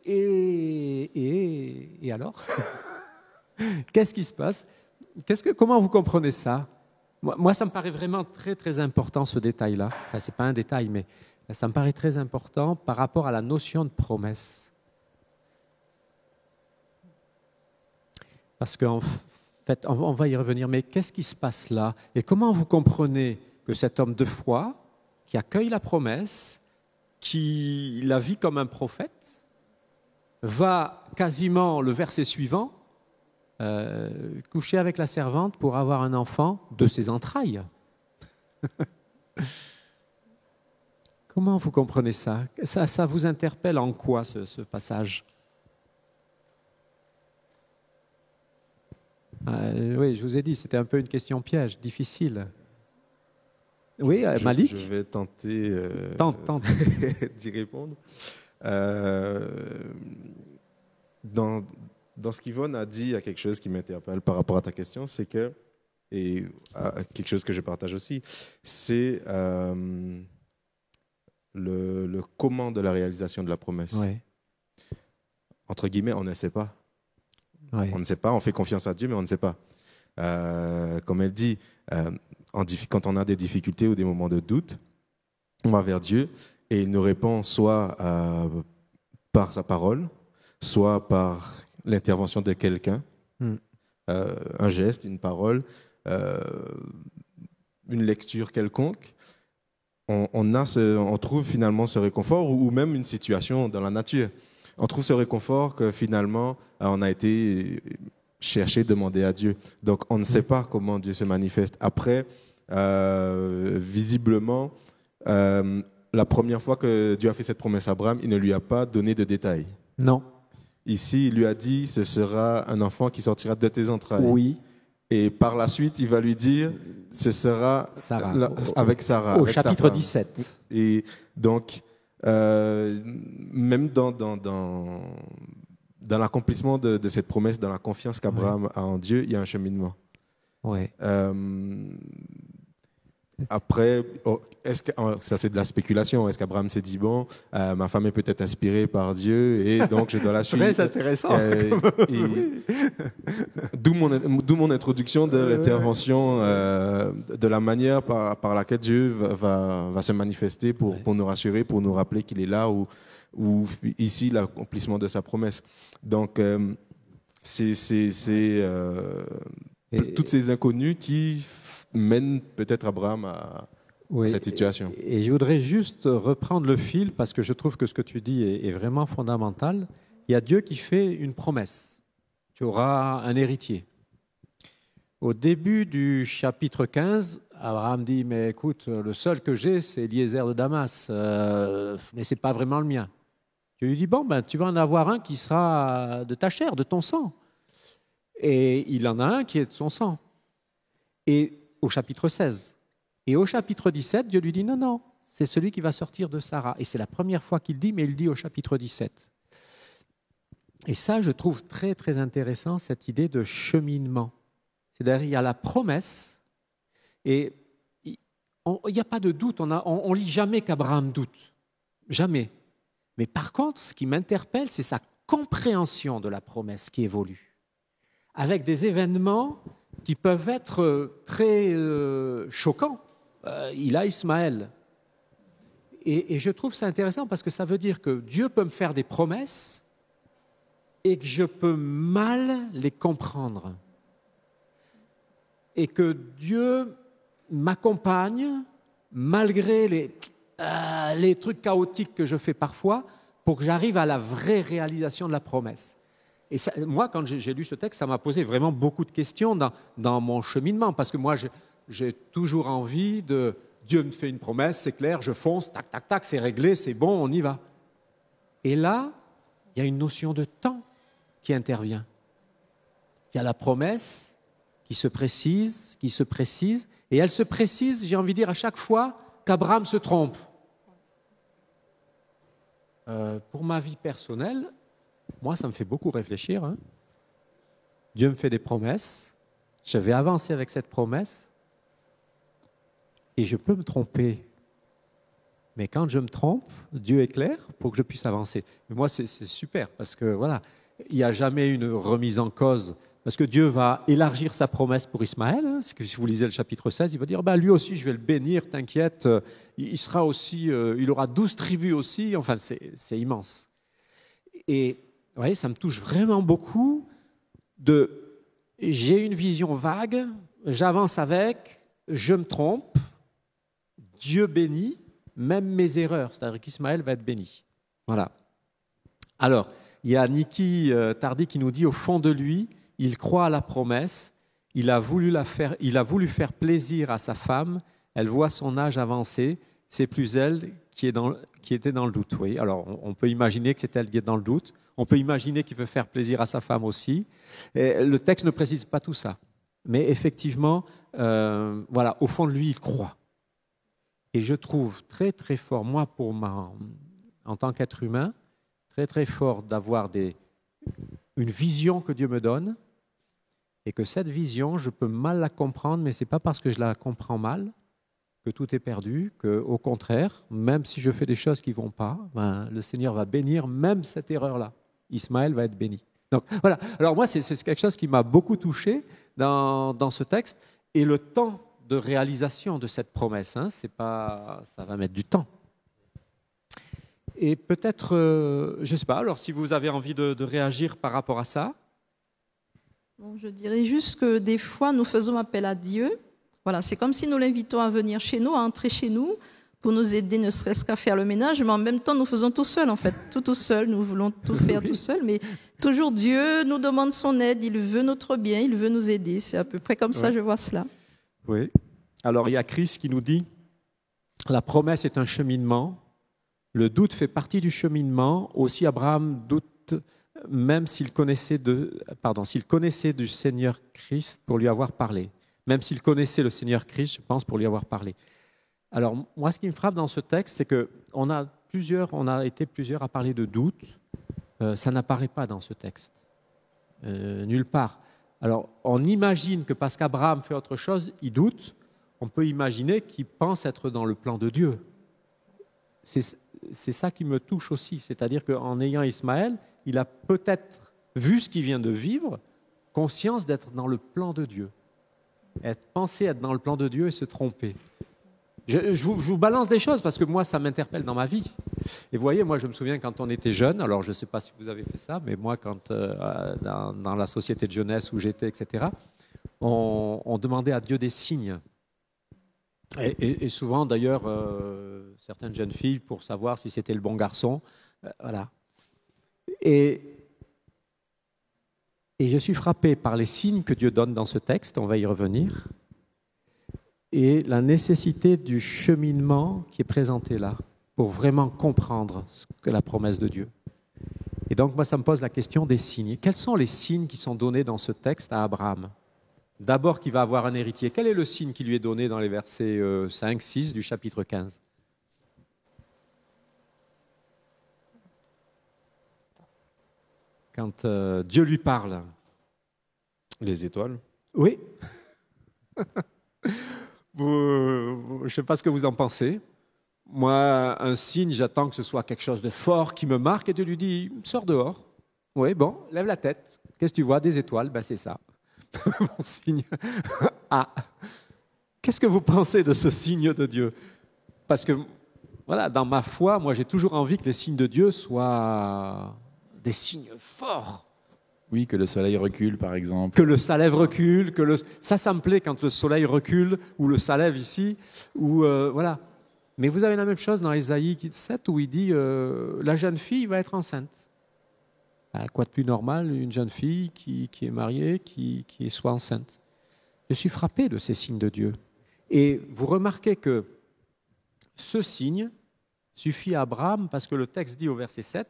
alors? Qu'est-ce qui se passe? Comment vous comprenez ça? Moi, ça me paraît vraiment très, très important, ce détail-là. Enfin, ce n'est pas un détail, mais ça me paraît très important par rapport à la notion de promesse. Parce qu'en fait, on va y revenir, mais qu'est-ce qui se passe là? Et comment vous comprenez que cet homme de foi, qui accueille la promesse, qui la vit comme un prophète, va quasiment, le verset suivant, coucher avec la servante pour avoir un enfant de ses entrailles. Comment vous comprenez ça? Ça vous interpelle en quoi, ce passage? Oui, je vous ai dit, c'était un peu une question piège, difficile. Oui, Malik? Je vais tenter Tente. d'y répondre. Dans ce qu'Yvonne a dit, il y a quelque chose qui m'interpelle par rapport à ta question, c'est que, et quelque chose que je partage aussi, c'est le comment de la réalisation de la promesse. Oui. Entre guillemets, on ne sait pas. Oui. On ne sait pas, on fait confiance à Dieu, mais on ne sait pas. Comme elle dit, quand on a des difficultés ou des moments de doute, on va vers Dieu et il nous répond soit par sa parole, soit par l'intervention de quelqu'un, un geste, une parole, une lecture quelconque. On trouve finalement ce réconfort ou même une situation dans la nature. On trouve ce réconfort que finalement on a été chercher, demander à Dieu. Donc on ne sait pas comment Dieu se manifeste. Après, visiblement, la première fois que Dieu a fait cette promesse à Abraham, il ne lui a pas donné de détails. Non. Ici, il lui a dit, ce sera un enfant qui sortira de tes entrailles. Oui. Et par la suite, il va lui dire, ce sera Sarah. avec Sarah. Au avec ta chapitre femme. 17. Et donc, même dans l'accomplissement de cette promesse, dans la confiance qu'Abraham a en Dieu, il y a un cheminement. Oui. Après, ça c'est de la spéculation. Est-ce qu'Abraham s'est dit, bon, ma femme est peut-être inspirée par Dieu et donc je dois la suivre. Très intéressant. D'où mon introduction de l'intervention, de la manière par laquelle Dieu va se manifester pour nous rassurer, pour nous rappeler qu'il est là ou ici l'accomplissement de sa promesse. Donc, c'est toutes ces inconnues qui mènent peut-être Abraham à cette situation. Et je voudrais juste reprendre le fil parce que je trouve que ce que tu dis est vraiment fondamental. Il y a Dieu qui fait une promesse. Tu auras un héritier. Au début du chapitre 15, Abraham dit, mais écoute, le seul que j'ai, c'est Eliezer de Damas, mais ce n'est pas vraiment le mien. Dieu lui dit, bon, ben, tu vas en avoir un qui sera de ta chair, de ton sang. Et il en a un qui est de son sang. Et au chapitre 16. Et au chapitre 17, Dieu lui dit, non, non, c'est celui qui va sortir de Sarah. Et c'est la première fois qu'il dit, mais il dit au chapitre 17. Et ça, je trouve très, très intéressant, cette idée de cheminement. C'est-à-dire, il y a la promesse, et il n'y a pas de doute, on ne lit jamais qu'Abraham doute. Jamais. Mais par contre, ce qui m'interpelle, c'est sa compréhension de la promesse qui évolue. Avec des événements qui peuvent être très choquants. Il a Ismaël. Et je trouve ça intéressant parce que ça veut dire que Dieu peut me faire des promesses et que je peux mal les comprendre. Et que Dieu m'accompagne malgré les trucs chaotiques que je fais parfois pour que j'arrive à la vraie réalisation de la promesse. Et ça, moi, quand j'ai lu ce texte, ça m'a posé vraiment beaucoup de questions dans mon cheminement, parce que moi, j'ai toujours envie de... Dieu me fait une promesse, c'est clair, je fonce, tac, tac, tac, c'est réglé, c'est bon, on y va. Et là, il y a une notion de temps qui intervient. Il y a la promesse qui se précise, et elle se précise, j'ai envie de dire, à chaque fois qu'Abraham se trompe. Pour ma vie personnelle, moi, ça me fait beaucoup réfléchir. Hein. Dieu me fait des promesses, je vais avancer avec cette promesse, et je peux me tromper. Mais quand je me trompe, Dieu est clair pour que je puisse avancer. Mais moi, c'est super, parce que voilà, il n'y a jamais une remise en cause, parce que Dieu va élargir sa promesse pour Ismaël. Hein, si vous lisez le chapitre 16, il va dire, lui aussi, je vais le bénir, t'inquiète, il sera aussi, il aura 12 tribus aussi, enfin, c'est immense. Et vous voyez, ça me touche vraiment beaucoup j'ai une vision vague, j'avance avec, je me trompe, Dieu bénit, même mes erreurs, c'est-à-dire qu'Ismaël va être béni. Voilà. Alors, il y a Niki Tardy qui nous dit, au fond de lui, il croit à la promesse, il a voulu faire plaisir à sa femme, elle voit son âge avancé, c'est plus elle qui était dans le doute. Oui. Alors, on peut imaginer que c'est elle qui est dans le doute, on peut imaginer qu'il veut faire plaisir à sa femme aussi. Et le texte ne précise pas tout ça. Mais effectivement, voilà, au fond de lui, il croit. Et je trouve très, très fort, moi, en tant qu'être humain, très, très fort d'avoir une vision que Dieu me donne, et que cette vision, je peux mal la comprendre, mais ce n'est pas parce que je la comprends mal que tout est perdu, qu'au contraire, même si je fais des choses qui ne vont pas, le Seigneur va bénir même cette erreur-là. Ismaël va être béni. Donc voilà. Alors moi, c'est quelque chose qui m'a beaucoup touché dans ce texte, et le temps de réalisation de cette promesse, ça va mettre du temps. Et peut-être, je ne sais pas, alors si vous avez envie de réagir par rapport à ça. Bon, je dirais juste que des fois, nous faisons appel à Dieu. Voilà, c'est comme si nous l'invitons à venir chez nous, à entrer chez nous, pour nous aider, ne serait-ce qu'à faire le ménage, mais en même temps, nous faisons tout seul, en fait, tout seul, nous voulons tout faire tout seul, mais toujours Dieu nous demande son aide, il veut notre bien, il veut nous aider. C'est à peu près comme ça, je vois cela. Oui. Alors, il y a Chris qui nous dit, la promesse est un cheminement, le doute fait partie du cheminement, aussi Abraham doute, même s'il connaissait du Seigneur Christ pour lui avoir parlé. Même s'il connaissait le Seigneur Christ, je pense, pour lui avoir parlé. Alors, moi, ce qui me frappe dans ce texte, c'est qu'on a été plusieurs à parler de doute. Ça n'apparaît pas dans ce texte, nulle part. Alors, on imagine que parce qu'Abraham fait autre chose, il doute. On peut imaginer qu'il pense être dans le plan de Dieu. C'est ça qui me touche aussi. C'est-à-dire qu'en ayant Ismaël, il a peut-être vu ce qu'il vient de vivre, conscience d'être dans le plan de Dieu. Penser être dans le plan de Dieu et se tromper. Je vous balance des choses parce que moi, ça m'interpelle dans ma vie. Et vous voyez, moi, je me souviens quand on était jeune, alors je ne sais pas si vous avez fait ça, mais moi, quand dans la société de jeunesse où j'étais, etc., on demandait à Dieu des signes. Et souvent, d'ailleurs, certaines jeunes filles, pour savoir si c'était le bon garçon, voilà. Et je suis frappé par les signes que Dieu donne dans ce texte, on va y revenir, et la nécessité du cheminement qui est présenté là, pour vraiment comprendre ce que la promesse de Dieu. Et donc, moi, ça me pose la question des signes. Quels sont les signes qui sont donnés dans ce texte à Abraham ? D'abord, qu'il va avoir un héritier. Quel est le signe qui lui est donné dans les versets 5, 6 du chapitre 15 ? Quand Dieu lui parle. Les étoiles. Oui. Je ne sais pas ce que vous en pensez. Moi, un signe, j'attends que ce soit quelque chose de fort qui me marque et Dieu lui dit, sors dehors. Oui, bon, lève la tête. Qu'est-ce que tu vois? Des étoiles, ben c'est ça. Mon signe. Ah, qu'est-ce que vous pensez de ce signe de Dieu? Parce que, voilà, dans ma foi, moi, j'ai toujours envie que les signes de Dieu soient des signes forts. Oui, que le soleil recule, par exemple. Que le soleil recule, ça me plaît quand le soleil recule, ou le soleil ici, ou voilà. Mais vous avez la même chose dans Ésaïe 7, où il dit la jeune fille va être enceinte. Quoi de plus normal, une jeune fille qui est mariée, qui soit enceinte. Je suis frappé de ces signes de Dieu. Et vous remarquez que ce signe suffit à Abraham, parce que le texte dit au verset 7,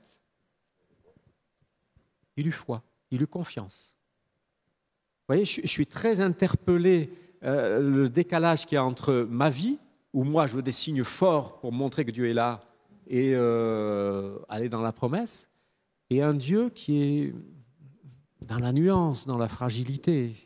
il eut foi, il eut confiance. Vous voyez, je suis très interpellé, le décalage qu'il y a entre ma vie, où moi je veux des signes forts pour montrer que Dieu est là et aller dans la promesse, et un Dieu qui est dans la nuance, dans la fragilité.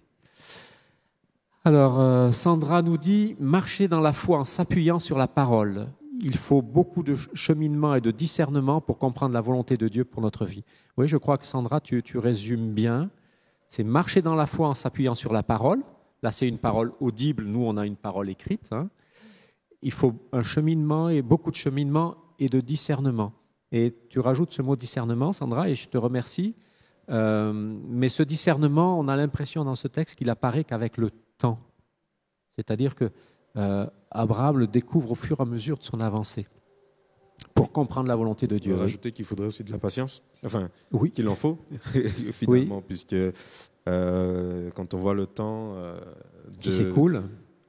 Alors, Sandra nous dit, marcher dans la foi en s'appuyant sur la parole. Il faut beaucoup de cheminement et de discernement pour comprendre la volonté de Dieu pour notre vie. Oui, je crois que Sandra, tu résumes bien. C'est marcher dans la foi en s'appuyant sur la parole. Là, c'est une parole audible. Nous, on a une parole écrite. Il faut un cheminement et beaucoup de cheminement et de discernement. Et tu rajoutes ce mot discernement, Sandra, et je te remercie. Mais ce discernement, on a l'impression dans ce texte qu'il apparaît qu'avec le temps. C'est-à-dire que Abraham le découvre au fur et à mesure de son avancée pour comprendre la volonté de Dieu. On va rajouter qu'il faudrait aussi de la patience, enfin, Oui. qu'il en faut, finalement, puisque quand on voit le temps Qui s'écoule.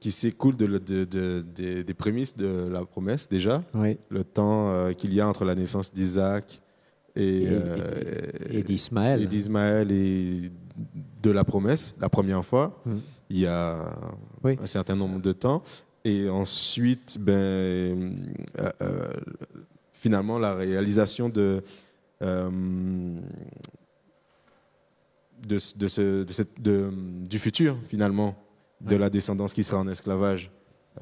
Des prémices de la promesse, déjà, Oui. le temps qu'il y a entre la naissance d'Isaac et d'Ismaël. et d'Ismaël et de la promesse, la première fois, il y a un certain nombre de temps. Et ensuite, finalement, la réalisation du futur, finalement, de la descendance qui sera en esclavage.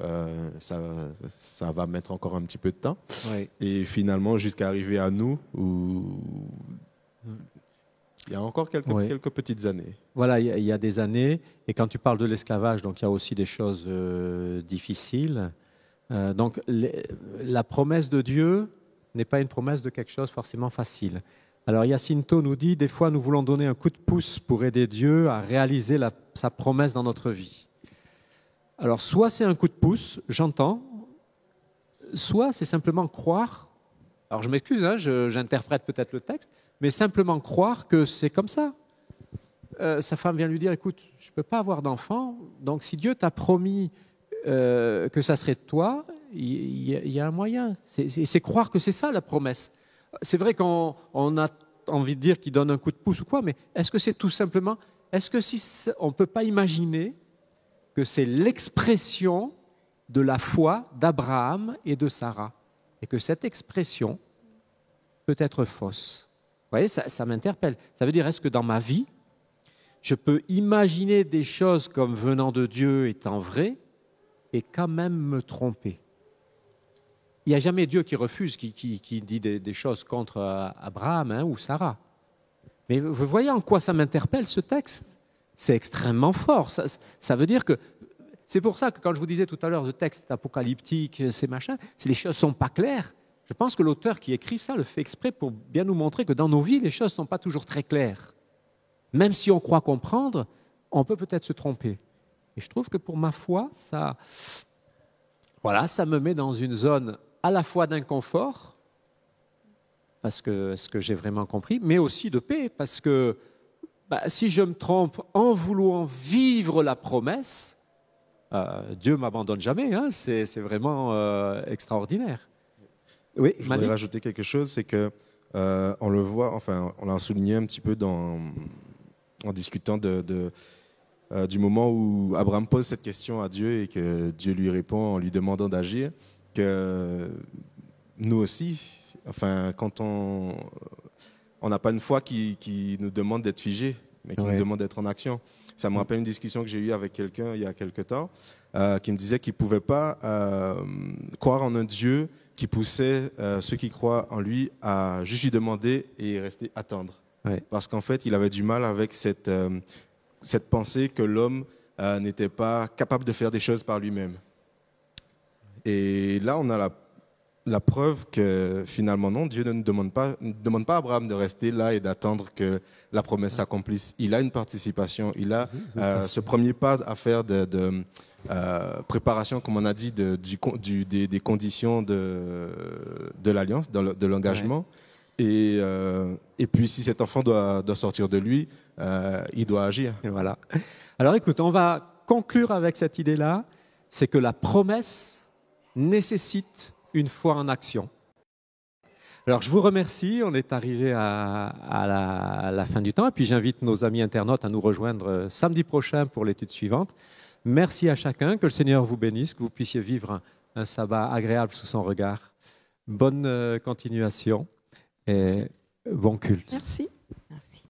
Ça va mettre encore un petit peu de temps. Oui. Et finalement, jusqu'à arriver à nous, où il y a encore quelques petites années. Voilà, il y a des années. Et quand tu parles de l'esclavage, donc il y a aussi des choses difficiles. Donc la promesse de Dieu n'est pas une promesse de quelque chose forcément facile. Alors Jacinto nous dit, des fois nous voulons donner un coup de pouce pour aider Dieu à réaliser sa promesse dans notre vie. Alors soit c'est un coup de pouce, j'entends, soit c'est simplement croire. Alors je m'excuse, hein, j'interprète peut-être le texte, mais simplement croire que c'est comme ça. Sa femme vient lui dire, écoute, je ne peux pas avoir d'enfant, donc si Dieu t'a promis que ça serait de toi, il y a un moyen. C'est croire que c'est ça la promesse. C'est vrai qu'on a envie de dire qu'il donne un coup de pouce ou quoi, mais est-ce que c'est tout simplement, est-ce que on ne peut pas imaginer que c'est l'expression de la foi d'Abraham et de Sarah, et que cette expression peut être fausse? Vous voyez, ça m'interpelle. Ça veut dire, est-ce que dans ma vie, je peux imaginer des choses comme venant de Dieu étant vraies et quand même me tromper? Il n'y a jamais Dieu qui refuse, qui dit des choses contre Abraham ou Sarah. Mais vous voyez en quoi ça m'interpelle, ce texte? C'est extrêmement fort. Ça veut dire que... C'est pour ça que quand je vous disais tout à l'heure, le texte apocalyptique, ces machins, si les choses ne sont pas claires, je pense que l'auteur qui écrit ça le fait exprès pour bien nous montrer que dans nos vies, les choses ne sont pas toujours très claires. Même si on croit comprendre, on peut peut-être se tromper. Et je trouve que pour ma foi, ça me met dans une zone à la fois d'inconfort, parce que ce que j'ai vraiment compris, mais aussi de paix, parce que si je me trompe en voulant vivre la promesse, Dieu ne m'abandonne jamais, hein, c'est vraiment extraordinaire. Oui, je voudrais rajouter quelque chose, c'est que on le voit, enfin, on l'a souligné un petit peu en discutant du moment où Abraham pose cette question à Dieu et que Dieu lui répond en lui demandant d'agir, que nous aussi, enfin, quand on n'a pas une foi qui nous demande d'être figé, mais qui nous demande d'être en action. Ça me rappelle une discussion que j'ai eue avec quelqu'un il y a quelque temps, qui me disait qu'il ne pouvait pas croire en un Dieu qui poussait ceux qui croient en lui à juste lui demander et rester attendre. Ouais. Parce qu'en fait, il avait du mal avec cette pensée que l'homme n'était pas capable de faire des choses par lui-même. Et là, on a la preuve que finalement, non, Dieu ne demande pas à Abraham de rester là et d'attendre que la promesse s'accomplisse. Il a une participation, il a ce premier pas à faire de préparation, comme on a dit, des conditions de l'alliance, de l'engagement. Ouais. Et puis, si cet enfant doit sortir de lui, il doit agir. Et voilà. Alors écoute, on va conclure avec cette idée-là, c'est que la promesse nécessite une foi en action. Alors je vous remercie, on est arrivé à la fin du temps, et puis j'invite nos amis internautes à nous rejoindre samedi prochain pour l'étude suivante. Merci à chacun, que le Seigneur vous bénisse, que vous puissiez vivre un sabbat agréable sous son regard. Bonne continuation et bon culte. Merci.